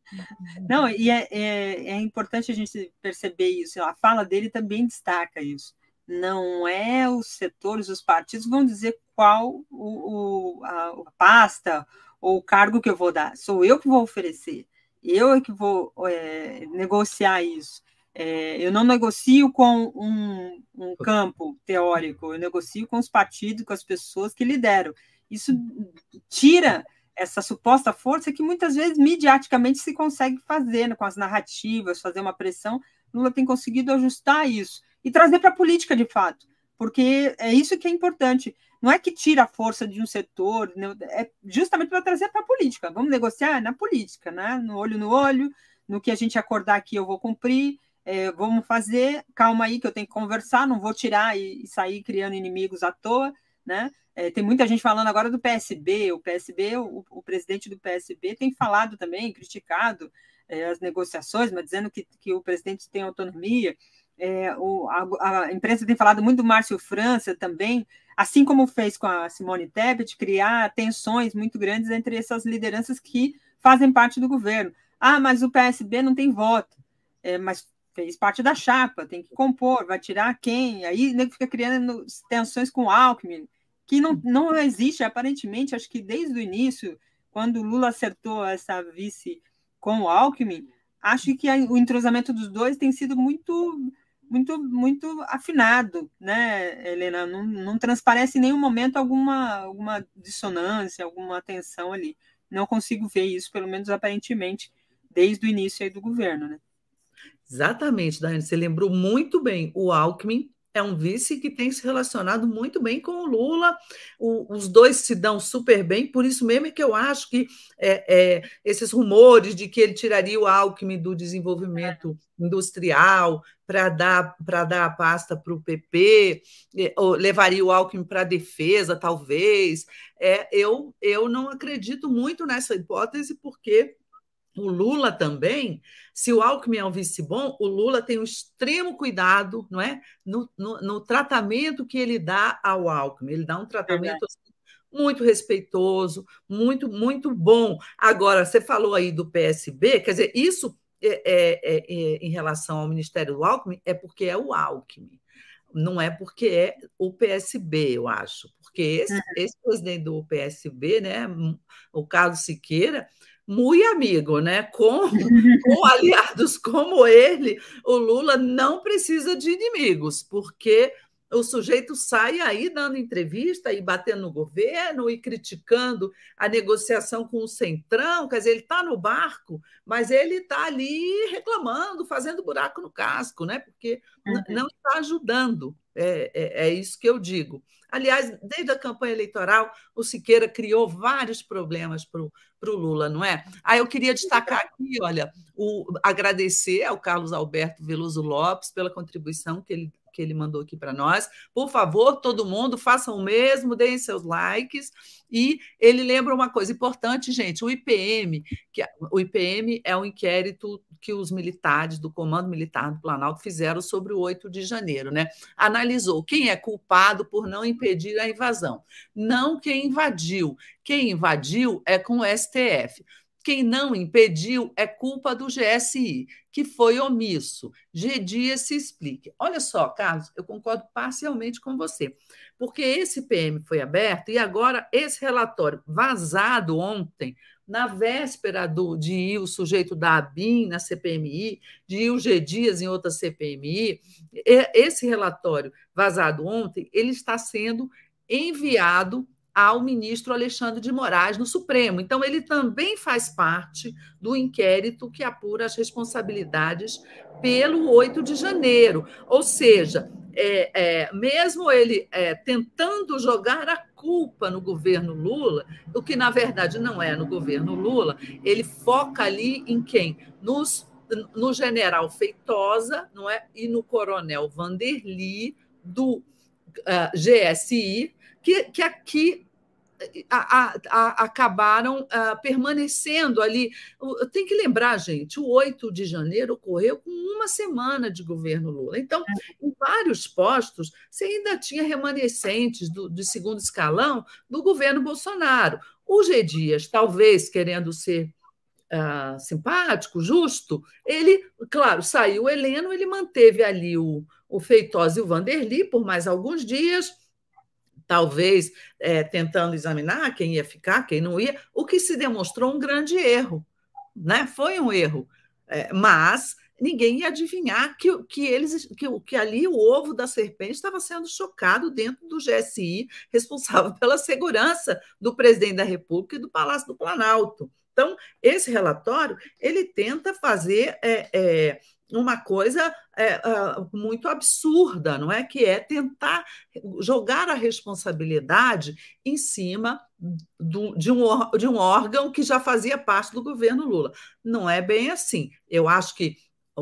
Não, e é, é, é importante a gente perceber isso. A fala dele também destaca isso. Não é os setores, os partidos vão dizer qual o, o, a, a pasta ou o cargo que eu vou dar. Sou eu que vou oferecer. Eu é que vou é, negociar isso. É, eu não negocio com um, um campo teórico, eu negocio com os partidos, com as pessoas que lideram. Isso tira essa suposta força que muitas vezes midiaticamente se consegue fazer, né, com as narrativas, fazer uma pressão. Lula tem conseguido ajustar isso e trazer para a política de fato, porque é isso que é importante. Não é que tira a força de um setor, é justamente para trazer para a política. Vamos negociar na política, né? No olho no olho, no que a gente acordar aqui eu vou cumprir, é, vamos fazer, calma aí que eu tenho que conversar, não vou tirar e, e sair criando inimigos à toa, né? É, tem muita gente falando agora do P S B, o P S B, o, o presidente do P S B tem falado também, criticado é, as negociações, mas dizendo que, que o presidente tem autonomia. É, o, a, a imprensa tem falado muito do Márcio França também, assim como fez com a Simone Tebet, criar tensões muito grandes entre essas lideranças que fazem parte do governo. Ah, mas o P S B não tem voto, é, mas fez parte da chapa, tem que compor, vai tirar quem? Aí ele fica criando tensões com o Alckmin, que não, não existe, aparentemente, acho que desde o início, quando o Lula acertou essa vice com o Alckmin, acho que a, o entrosamento dos dois tem sido muito, muito, muito afinado, né, Helena? Não, não transparece em nenhum momento alguma, alguma dissonância, alguma tensão ali. Não consigo ver isso, pelo menos aparentemente, desde o início aí do governo, né? Exatamente, Daiane, você lembrou muito bem. O Alckmin é um vice que tem se relacionado muito bem com o Lula, o, os dois se dão super bem, por isso mesmo é que eu acho que é, é, esses rumores de que ele tiraria o Alckmin do desenvolvimento é. industrial para dar, para dar a pasta para o P P, ou levaria o Alckmin para a defesa, talvez, é, eu, eu não acredito muito nessa hipótese, porque o Lula também, se o Alckmin é um vice bom, o Lula tem um extremo cuidado, não é? No, no, no tratamento que ele dá ao Alckmin. Ele dá um tratamento assim, muito respeitoso, muito, muito bom. Agora, você falou aí do P S B, quer dizer, isso é, é, é, é, em relação ao Ministério do Alckmin é porque é o Alckmin. Não é porque é o P S B, eu acho. Porque esse, uhum. esse presidente do P S B, né, o Carlos Siqueira, muito amigo, né? Com, com aliados como ele, o Lula não precisa de inimigos, porque o sujeito sai aí dando entrevista e batendo no governo e criticando a negociação com o Centrão, quer dizer, ele está no barco, mas ele está ali reclamando, fazendo buraco no casco, né? Porque uhum. não está ajudando, é, é, é isso que eu digo. Aliás, desde a campanha eleitoral, o Siqueira criou vários problemas para o Lula, não é? Aí eu queria destacar aqui, olha, o, agradecer ao Carlos Alberto Veloso Lopes pela contribuição que ele que ele mandou aqui para nós. Por favor, todo mundo, façam o mesmo, deem seus likes. E ele lembra uma coisa importante, gente, o I P M, que o I P M é um inquérito que os militares do Comando Militar do Planalto fizeram sobre o oito de janeiro, né? Analisou quem é culpado por não impedir a invasão, não quem invadiu. Quem invadiu é com o S T F. Quem não impediu é culpa do G S I, que foi omisso. G. Dias se explique. Olha só, Carlos, eu concordo parcialmente com você, porque esse P M foi aberto e agora esse relatório vazado ontem, na véspera do, de ir o sujeito da ABIN na C P M I, de ir o G. Dias em outra C P M I, esse relatório vazado ontem, ele está sendo enviado ao ministro Alexandre de Moraes no Supremo. Então, ele também faz parte do inquérito que apura as responsabilidades pelo oito de janeiro. Ou seja, é, é, mesmo ele é, tentando jogar a culpa no governo Lula, o que, na verdade, não é no governo Lula, ele foca ali em quem? Nos, no general Feitosa, não é? E no coronel Vanderly, do uh, G S I, que, que aqui a, a, a, acabaram a, permanecendo ali. Tem que lembrar, gente, o oito de janeiro ocorreu com uma semana de governo Lula. Então, em vários postos, você ainda tinha remanescentes do, do segundo escalão do governo Bolsonaro. O G. Dias, talvez querendo ser uh, simpático, justo, ele, claro, saiu o Heleno, ele manteve ali o, o Feitosa e o Vanderly por mais alguns dias, talvez é, tentando examinar quem ia ficar, quem não ia, o que se demonstrou um grande erro, né? Foi um erro, é, mas ninguém ia adivinhar que, que, eles, que, que ali o ovo da serpente estava sendo chocado dentro do G S I, responsável pela segurança do presidente da República e do Palácio do Planalto. Então, esse relatório, ele tenta fazer é, é, uma coisa é, uh, muito absurda, não é? Que é tentar jogar a responsabilidade em cima do, de, um, de um órgão que já fazia parte do governo Lula. Não é bem assim. Eu acho que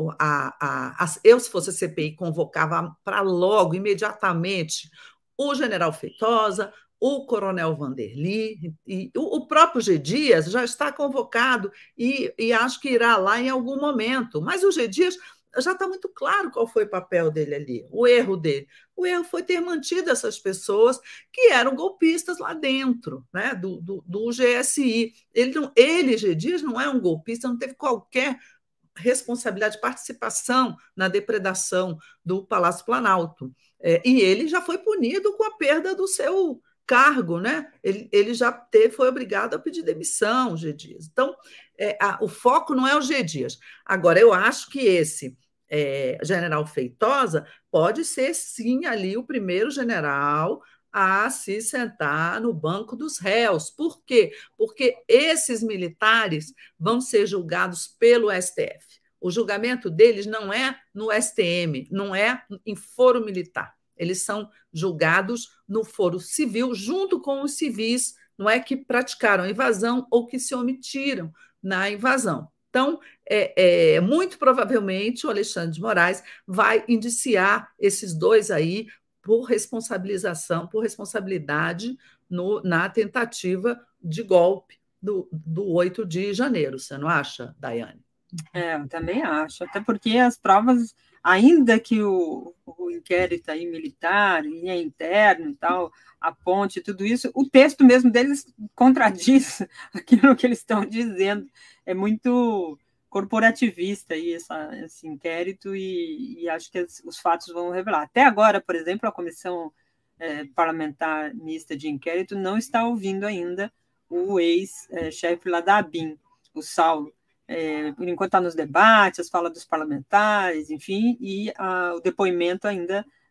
a, a, a, eu, se fosse a C P I, convocava para logo, imediatamente, o general Feitosa, o coronel Vanderly, e o próprio G. Dias já está convocado e, e acho que irá lá em algum momento. Mas o G. Dias já está muito claro qual foi o papel dele ali, o erro dele. O erro foi ter mantido essas pessoas que eram golpistas lá dentro, né, do, do, do G S I. Ele, não, ele, G. Dias, não é um golpista, não teve qualquer responsabilidade, participação na depredação do Palácio Planalto. É, e ele já foi punido com a perda do seu cargo, né? Ele, ele já teve, foi obrigado a pedir demissão, G. Dias. Então, é, a, o foco não é o G. Dias. Agora, eu acho que esse é, general Feitosa pode ser, sim, ali o primeiro general a se sentar no banco dos réus. Por quê? Porque esses militares vão ser julgados pelo S T F. O julgamento deles não é no S T M, não é em foro militar. Eles são julgados no foro civil, junto com os civis, não é, que praticaram a invasão ou que se omitiram na invasão. Então, é, é, muito provavelmente, o Alexandre de Moraes vai indiciar esses dois aí por responsabilização, por responsabilidade no, na tentativa de golpe do, do oito de janeiro. Você não acha, Daiane? É, eu também acho, até porque as provas, ainda que o, o inquérito aí militar e é interno e tal, a ponte, tudo isso, o texto mesmo deles contradiz aquilo que eles estão dizendo. É muito corporativista aí essa, esse inquérito e, e acho que os fatos vão revelar. Até agora, por exemplo, a Comissão é, Parlamentar Mista de Inquérito não está ouvindo ainda o ex-chefe lá da ABIN, o Saulo. É, por enquanto está nos debates, as falas dos parlamentares, enfim, e a, o depoimento ainda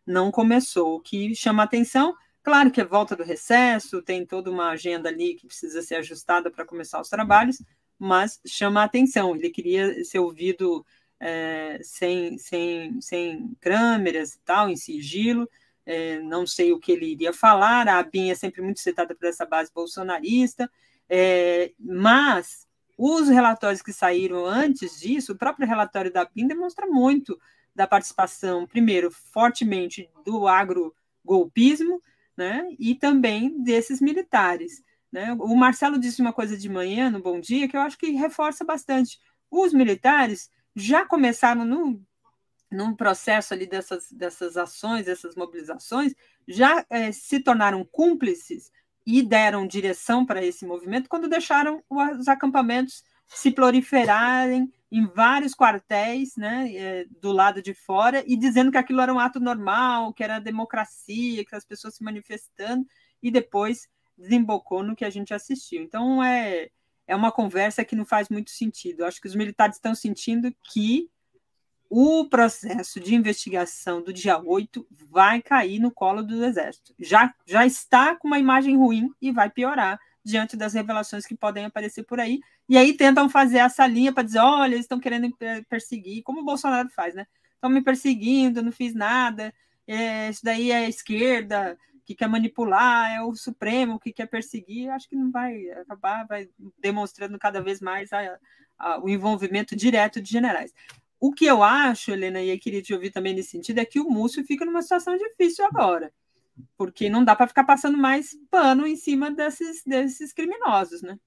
não começou. O que chama atenção, claro que é volta do recesso, tem toda uma agenda ali que precisa ser ajustada para começar os trabalhos, mas chama atenção. Ele queria ser ouvido é, sem, sem, sem câmeras e tal, em sigilo. É, não sei o que ele iria falar. A ABIN é sempre muito citada por essa base bolsonarista, é, mas os relatórios que saíram antes disso, o próprio relatório da ABIN demonstra muito da participação, primeiro, fortemente do agrogolpismo, né, e também desses militares. Né? O Marcelo disse uma coisa de manhã, no Bom Dia, que eu acho que reforça bastante. Os militares já começaram no num processo ali dessas, dessas ações, dessas mobilizações, já é, se tornaram cúmplices e deram direção para esse movimento quando deixaram os acampamentos se proliferarem em vários quartéis, né, é, do lado de fora, e dizendo que aquilo era um ato normal, que era democracia, que as pessoas se manifestando, e depois desembocou no que a gente assistiu. Então, é, é uma conversa que não faz muito sentido. Eu acho que os militares estão sentindo que o processo de investigação do dia oito vai cair no colo do Exército. Já, já está com uma imagem ruim e vai piorar diante das revelações que podem aparecer por aí. E aí tentam fazer essa linha para dizer, olha, eles estão querendo perseguir, como o Bolsonaro faz, né? Estão me perseguindo, não fiz nada, é, isso daí é a esquerda que quer manipular, é o Supremo que quer perseguir. Acho que não vai acabar, vai demonstrando cada vez mais a, a, o envolvimento direto de generais. O que eu acho, Helena, e eu queria te ouvir também nesse sentido, é que o Múcio fica numa situação difícil agora, porque não dá para ficar passando mais pano em cima desses, desses criminosos, né?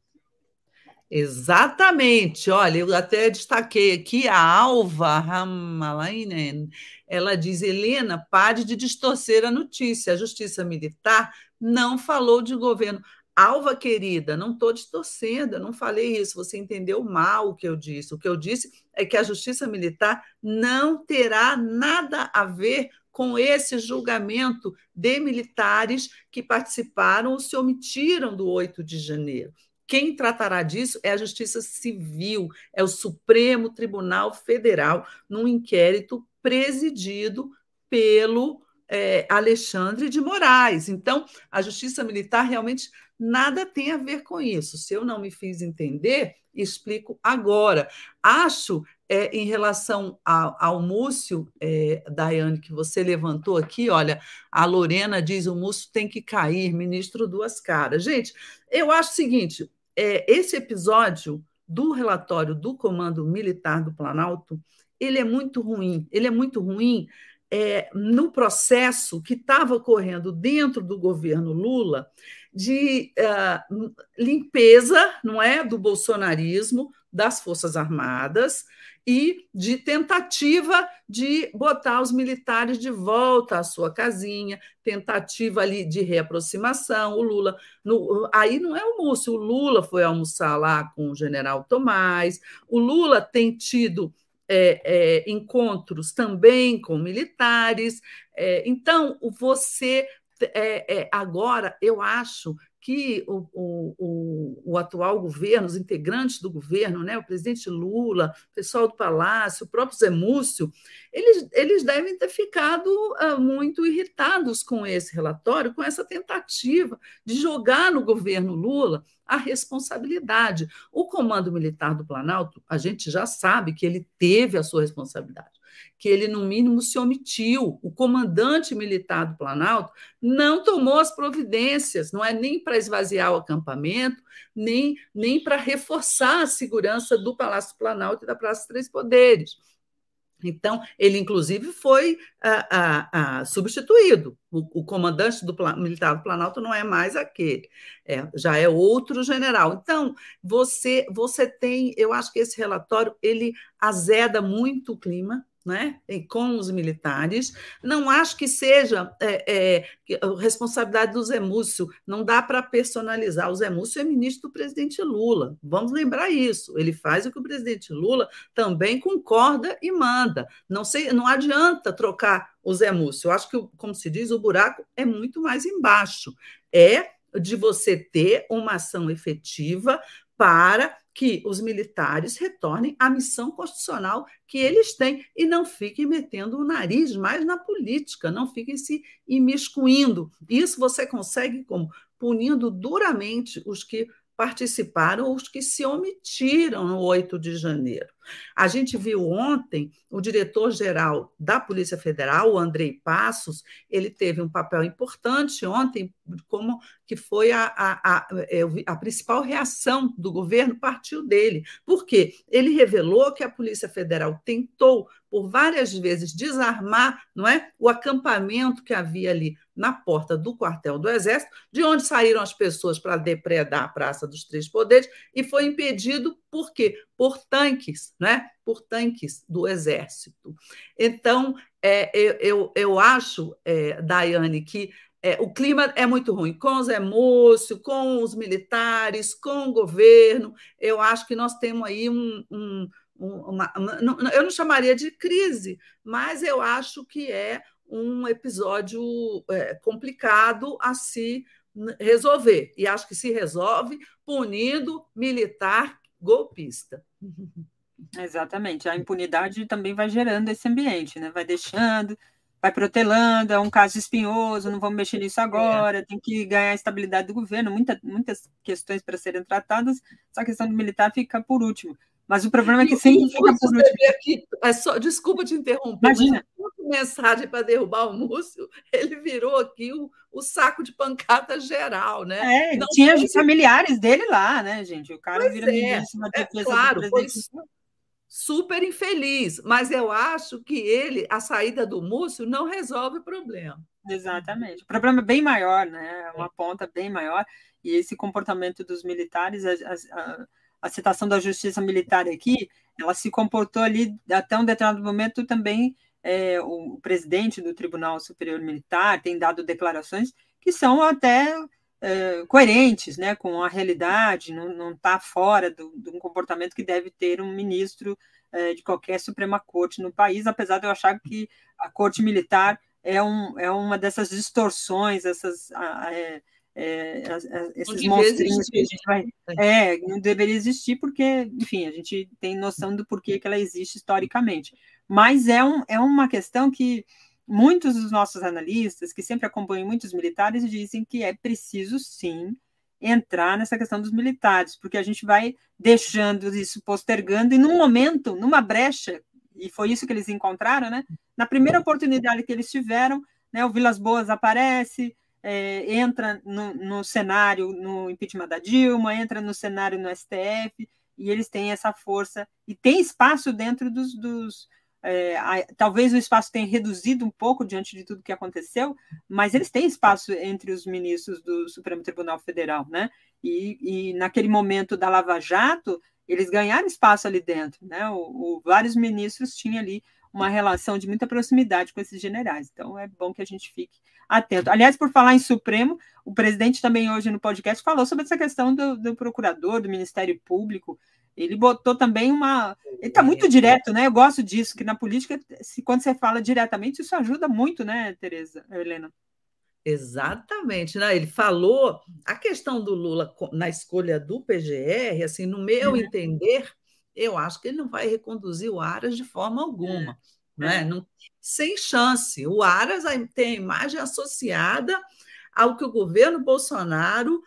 Exatamente. Olha, eu até destaquei aqui a Alva Hamalainen. Ela diz, Helena, pare de distorcer a notícia. A Justiça Militar não falou de governo. Alva, querida, não estou distorcendo, eu não falei isso, você entendeu mal o que eu disse. O que eu disse é que a Justiça Militar não terá nada a ver com esse julgamento de militares que participaram ou se omitiram do oito de janeiro. Quem tratará disso é a Justiça Civil, é o Supremo Tribunal Federal, num inquérito presidido pelo é, Alexandre de Moraes. Então, a Justiça Militar realmente nada tem a ver com isso. Se eu não me fiz entender, explico agora. Acho, é, em relação ao, ao Múcio, é, Daiane, que você levantou aqui, olha, a Lorena diz o Múcio tem que cair, ministro Duas Caras. Gente, eu acho o seguinte, é, esse episódio do relatório do Comando Militar do Planalto, ele é muito ruim, ele é muito ruim é, no processo que estava ocorrendo dentro do governo Lula de uh, limpeza, não é, do bolsonarismo, das Forças Armadas e de tentativa de botar os militares de volta à sua casinha, tentativa ali de reaproximação. O Lula, no, aí não é o Múcio, o Lula foi almoçar lá com o general Tomás, o Lula tem tido é, é, encontros também com militares. É, então, você... É, é, agora, eu acho que o, o, o atual governo, os integrantes do governo, né, o presidente Lula, o pessoal do Palácio, o próprio Zé Múcio, eles, eles devem ter ficado uh, muito irritados com esse relatório, com essa tentativa de jogar no governo Lula a responsabilidade. O Comando Militar do Planalto, a gente já sabe que ele teve a sua responsabilidade, que ele, no mínimo, se omitiu. O comandante militar do Planalto não tomou as providências, não é nem para esvaziar o acampamento, nem, nem para reforçar a segurança do Palácio Planalto e da Praça Três Poderes. Então, ele, inclusive, foi ah, ah, ah, substituído. O, o comandante do militar do Planalto não é mais aquele, é, já é outro general. Então, você, você tem, eu acho que esse relatório ele azeda muito o clima, né, com os militares. Não acho que seja é, é, responsabilidade do Zé Múcio, não dá para personalizar. O Zé Múcio é ministro do presidente Lula, vamos lembrar isso. Ele faz o que o presidente Lula também concorda e manda. Não, sei, não adianta trocar o Zé Múcio. Eu acho que, como se diz, o buraco é muito mais embaixo. É de você ter uma ação efetiva para que os militares retornem à missão constitucional que eles têm e não fiquem metendo o nariz mais na política, não fiquem se imiscuindo. Isso você consegue como? Punindo duramente os que participaram, os que se omitiram no oito de janeiro. A gente viu ontem o diretor-geral da Polícia Federal, o Andrei Passos, ele teve um papel importante ontem, como que foi a, a, a, a principal reação do governo partiu dele. Por quê? Ele revelou que a Polícia Federal tentou por várias vezes desarmar, não é, o acampamento que havia ali na porta do quartel do Exército, de onde saíram as pessoas para depredar a Praça dos Três Poderes, e foi impedido por quê? Por tanques, né? Por tanques do Exército. Então, é, eu, eu, eu acho, é, Daiane, que é, o clima é muito ruim com o Zé Múcio, com os militares, com o governo. Eu acho que nós temos aí um... um Uma, uma, eu não chamaria de crise, mas eu acho que é um episódio é, complicado a se resolver. E acho que se resolve punindo militar golpista. Exatamente. A impunidade também vai gerando esse ambiente, né? Vai deixando, vai protelando, é um caso espinhoso, não vamos mexer nisso agora, é. Tem que ganhar a estabilidade do governo, muita, muitas questões para serem tratadas, essa questão do militar fica por último. Mas o problema é que sempre fica por último. Aqui, é só, desculpa te interromper, Imagina. Mas mensagem para derrubar o Múcio, ele virou aqui o, o saco de pancada geral, né? É, Não tinha os familiares dele lá, né, gente? O cara pois vira é, ministro na defesa é, claro, do presidente. Foi super infeliz, mas eu acho que ele, a saída do Múcio não resolve o problema. Exatamente. O problema é bem maior, né? Uma ponta bem maior, e esse comportamento dos militares, a, a, a citação da justiça militar aqui, ela se comportou ali até um determinado momento também. É, o, o presidente do Tribunal Superior Militar tem dado declarações que são até é, coerentes, né, com a realidade, não está fora do, de um comportamento que deve ter um ministro é, de qualquer Suprema Corte no país, apesar de eu achar que a Corte Militar é, um, é uma dessas distorções, essas... É, É, esses monstrinhos que a gente vai... É, não deveria existir porque, enfim, a gente tem noção do porquê que ela existe historicamente. Mas é, um, é uma questão que muitos dos nossos analistas, que sempre acompanham muitos militares, dizem que é preciso, sim, entrar nessa questão dos militares, porque a gente vai deixando isso, postergando, e num momento, numa brecha, e foi isso que eles encontraram, né? Na primeira oportunidade que eles tiveram, né, o Vilas Boas aparece... É, entra no, no cenário no impeachment da Dilma, entra no cenário no S T F, e eles têm essa força, e tem espaço dentro dos... dos é, a, talvez o espaço tenha reduzido um pouco diante de tudo que aconteceu, mas eles têm espaço entre os ministros do Supremo Tribunal Federal, né? E, e naquele momento da Lava Jato, eles ganharam espaço ali dentro, né? O, o, vários ministros tinham ali uma relação de muita proximidade com esses generais, então é bom que a gente fique atento. Aliás, por falar em Supremo, o presidente também hoje no podcast falou sobre essa questão do, do procurador, do Ministério Público. Ele botou também uma... Ele está muito direto, né? Eu gosto disso, que na política, se, quando você fala diretamente, isso ajuda muito, né, Tereza, Helena? Exatamente, né? Ele falou a questão do Lula na escolha do P G R, assim, no meu uhum. entender, eu acho que ele não vai reconduzir o Aras de forma alguma. É. Né? Não, sem chance. O Aras tem a imagem associada ao que o governo Bolsonaro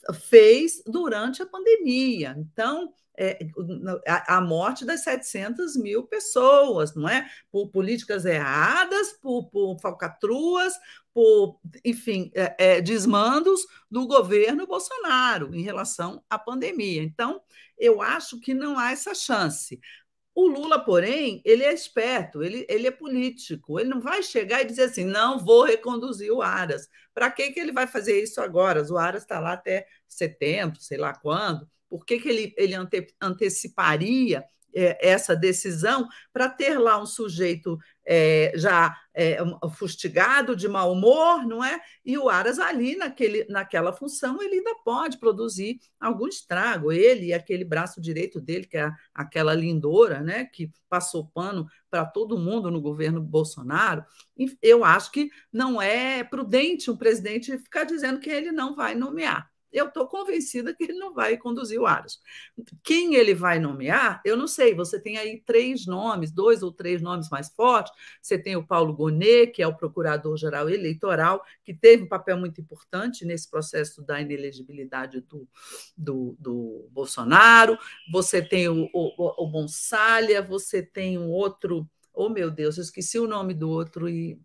fez durante a pandemia. Então, é, a, a morte das setecentas mil pessoas, não é? Por políticas erradas, por, por falcatruas, por, enfim, é, é, desmandos do governo Bolsonaro em relação à pandemia. Então, eu acho que não há essa chance. O Lula, porém, ele é esperto, ele, ele é político, ele não vai chegar e dizer assim, não vou reconduzir o Aras. Para que, que ele vai fazer isso agora? O Aras está lá até setembro, sei lá quando. Por que, que ele, ele ante, anteciparia é, essa decisão para ter lá um sujeito é, já é, fustigado, de mau humor, não é? E o Aras ali, naquele, naquela função, ele ainda pode produzir algum estrago. Ele e aquele braço direito dele, que é aquela lindora, né, que passou pano para todo mundo no governo Bolsonaro. Eu acho que não é prudente um presidente ficar dizendo que ele não vai nomear. eu estou convencida que ele não vai conduzir o Aras. Quem ele vai nomear, eu não sei. Você tem aí três nomes, dois ou três nomes mais fortes. Você tem o Paulo Gonet, que é o procurador-geral eleitoral, que teve um papel muito importante nesse processo da inelegibilidade do, do, do Bolsonaro. Você tem o, o, o Bonsalha, você tem um outro... Oh, meu Deus, eu esqueci o nome do outro e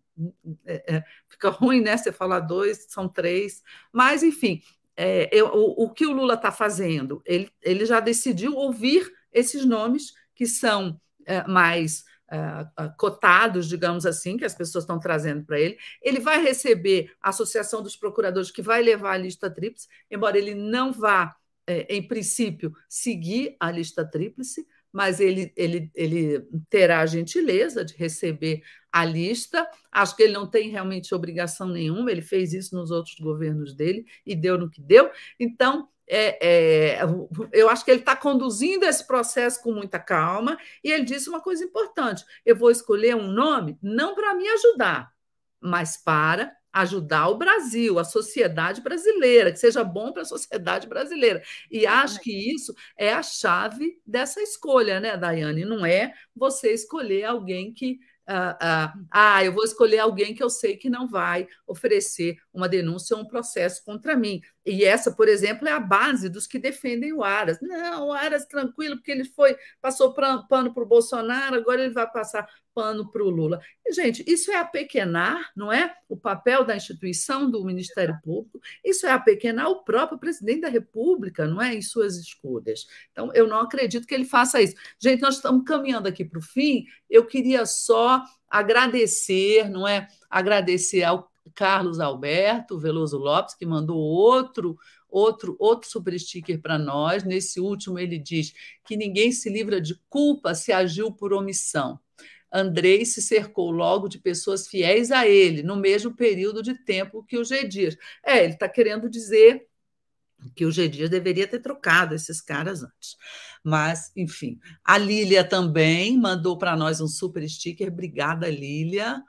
é, é, fica ruim, né? Você falar dois, são três. Mas, enfim, é, eu, o, o que o Lula está fazendo? Ele, ele já decidiu ouvir esses nomes que são é, mais é, cotados, digamos assim, que as pessoas estão trazendo para ele. Ele vai receber a Associação dos Procuradores, que vai levar a lista tríplice, embora ele não vá, é, em princípio, seguir a lista tríplice, mas ele, ele, ele terá a gentileza de receber a lista. Acho que ele não tem realmente obrigação nenhuma, ele fez isso nos outros governos dele e deu no que deu. Então, é, é, eu acho que ele está conduzindo esse processo com muita calma, e ele disse uma coisa importante: eu vou escolher um nome não para me ajudar, mas para ajudar o Brasil, a sociedade brasileira, que seja bom para a sociedade brasileira. E acho que isso é a chave dessa escolha, né, Daiane? Não é você escolher alguém que... Ah, ah, ah, eu vou escolher alguém que eu sei que não vai oferecer uma denúncia ou um processo contra mim. E essa, por exemplo, é a base dos que defendem o Aras. Não, o Aras tranquilo, porque ele foi, passou pano para o Bolsonaro, agora ele vai passar pano para o Lula. E, gente, isso é apequenar, não é? O papel da instituição do Ministério Público, isso é apequenar o próprio presidente da República, não é? Em suas escolhas. Então, eu não acredito que ele faça isso. Gente, nós estamos caminhando aqui para o fim. Eu queria só agradecer, não é? Agradecer ao Carlos Alberto Veloso Lopes, que mandou outro outro outro super sticker para nós. Nesse último, ele diz que ninguém se livra de culpa se agiu por omissão. Andrei se cercou logo de pessoas fiéis a ele, no mesmo período de tempo que o G. Dias. É, ele está querendo dizer que o G. Dias deveria ter trocado esses caras antes. Mas, enfim. A Lília também mandou para nós um super sticker. Obrigada, Lília.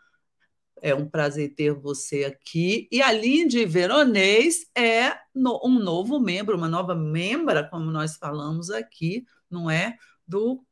É um prazer ter você aqui. E a Lindy Veronês é um novo membro, uma nova membra, como nós falamos aqui, não é? Do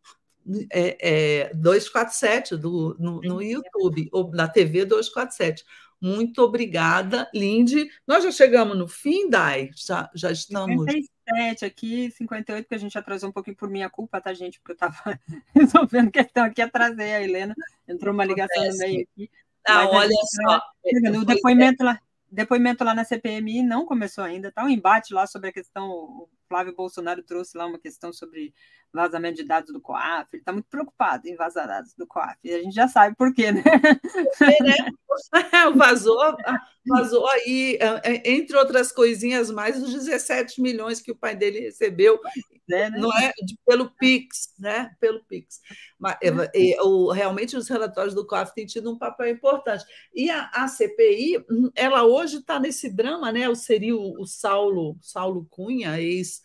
é, é, duzentos e quarenta e sete, do, no, no YouTube, ou na T V duzentos e quarenta e sete. Muito obrigada, Lindy. Nós já chegamos no fim, Dai? Já, já estamos... cinquenta e sete aqui, cinquenta e oito, que a gente atrasou um pouquinho por minha culpa, tá, gente? Porque eu estava resolvendo questão aqui, atrasei a Helena, entrou uma ligação no meio aqui. Ah, olha só. O depoimento lá, depoimento lá na C P M I não começou ainda, está um embate lá sobre a questão, o Flávio Bolsonaro trouxe lá uma questão sobre vazamento de dados do COAF, ele está muito preocupado em vazar dados do COAF, e a gente já sabe por quê, né? É, né? Vazou, vazou aí, entre outras coisinhas mais, os dezessete milhões que o pai dele recebeu, é, né? Não é pelo Pix, né? Pelo Pix. Mas, é, o, realmente os relatórios do COAF têm tido um papel importante. E a, a C P I, ela hoje está nesse drama, né? Seria o, o Saulo, Saulo Cunha, ex,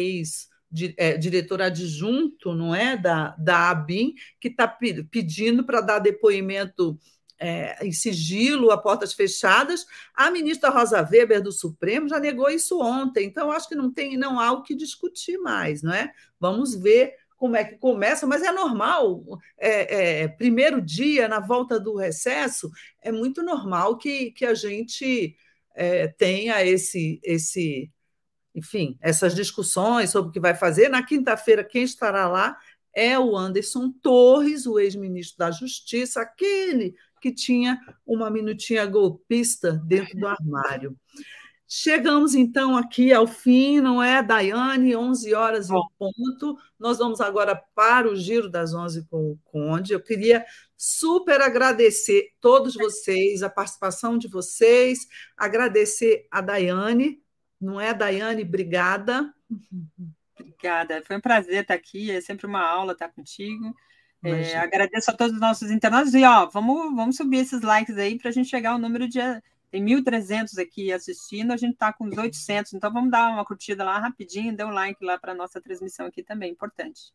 ex é, diretor adjunto, não é, da, da ABIN, que está pedindo para dar depoimento é, em sigilo, a portas fechadas. A ministra Rosa Weber, do Supremo, já negou isso ontem. Então, acho que não tem, não há o que discutir mais, não é? Vamos ver como é que começa, mas é normal. É, é, primeiro dia, na volta do recesso, é muito normal que, que a gente é, tenha esse... esse enfim, essas discussões sobre o que vai fazer. Na quinta-feira, quem estará lá é o Anderson Torres, o ex-ministro da Justiça, aquele que tinha uma minutinha golpista dentro do armário. Chegamos, então, aqui ao fim, não é, Daiane? onze horas e um ponto. Nós vamos agora para o Giro das onze com o Conde. Eu queria super agradecer todos vocês, a participação de vocês, agradecer a Daiane. Não é, Daiane? Obrigada. Obrigada. Foi um prazer estar aqui. É sempre uma aula estar contigo. É, agradeço a todos os nossos internautas. E, ó, vamos, vamos subir esses likes aí para a gente chegar ao número de... Tem mil e trezentos aqui assistindo, a gente está com uns oitocentos. Então, vamos dar uma curtida lá rapidinho, dê um like lá para a nossa transmissão aqui também, importante.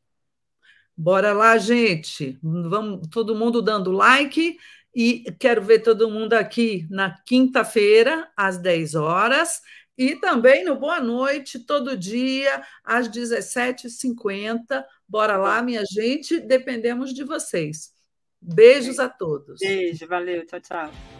Bora lá, gente. Vamos, todo mundo dando like. E quero ver todo mundo aqui na quinta-feira, às dez horas. E também no Boa Noite, todo dia, às dezessete e cinquenta. Bora lá, minha gente, dependemos de vocês. Beijos a todos. Beijo, valeu, tchau, tchau.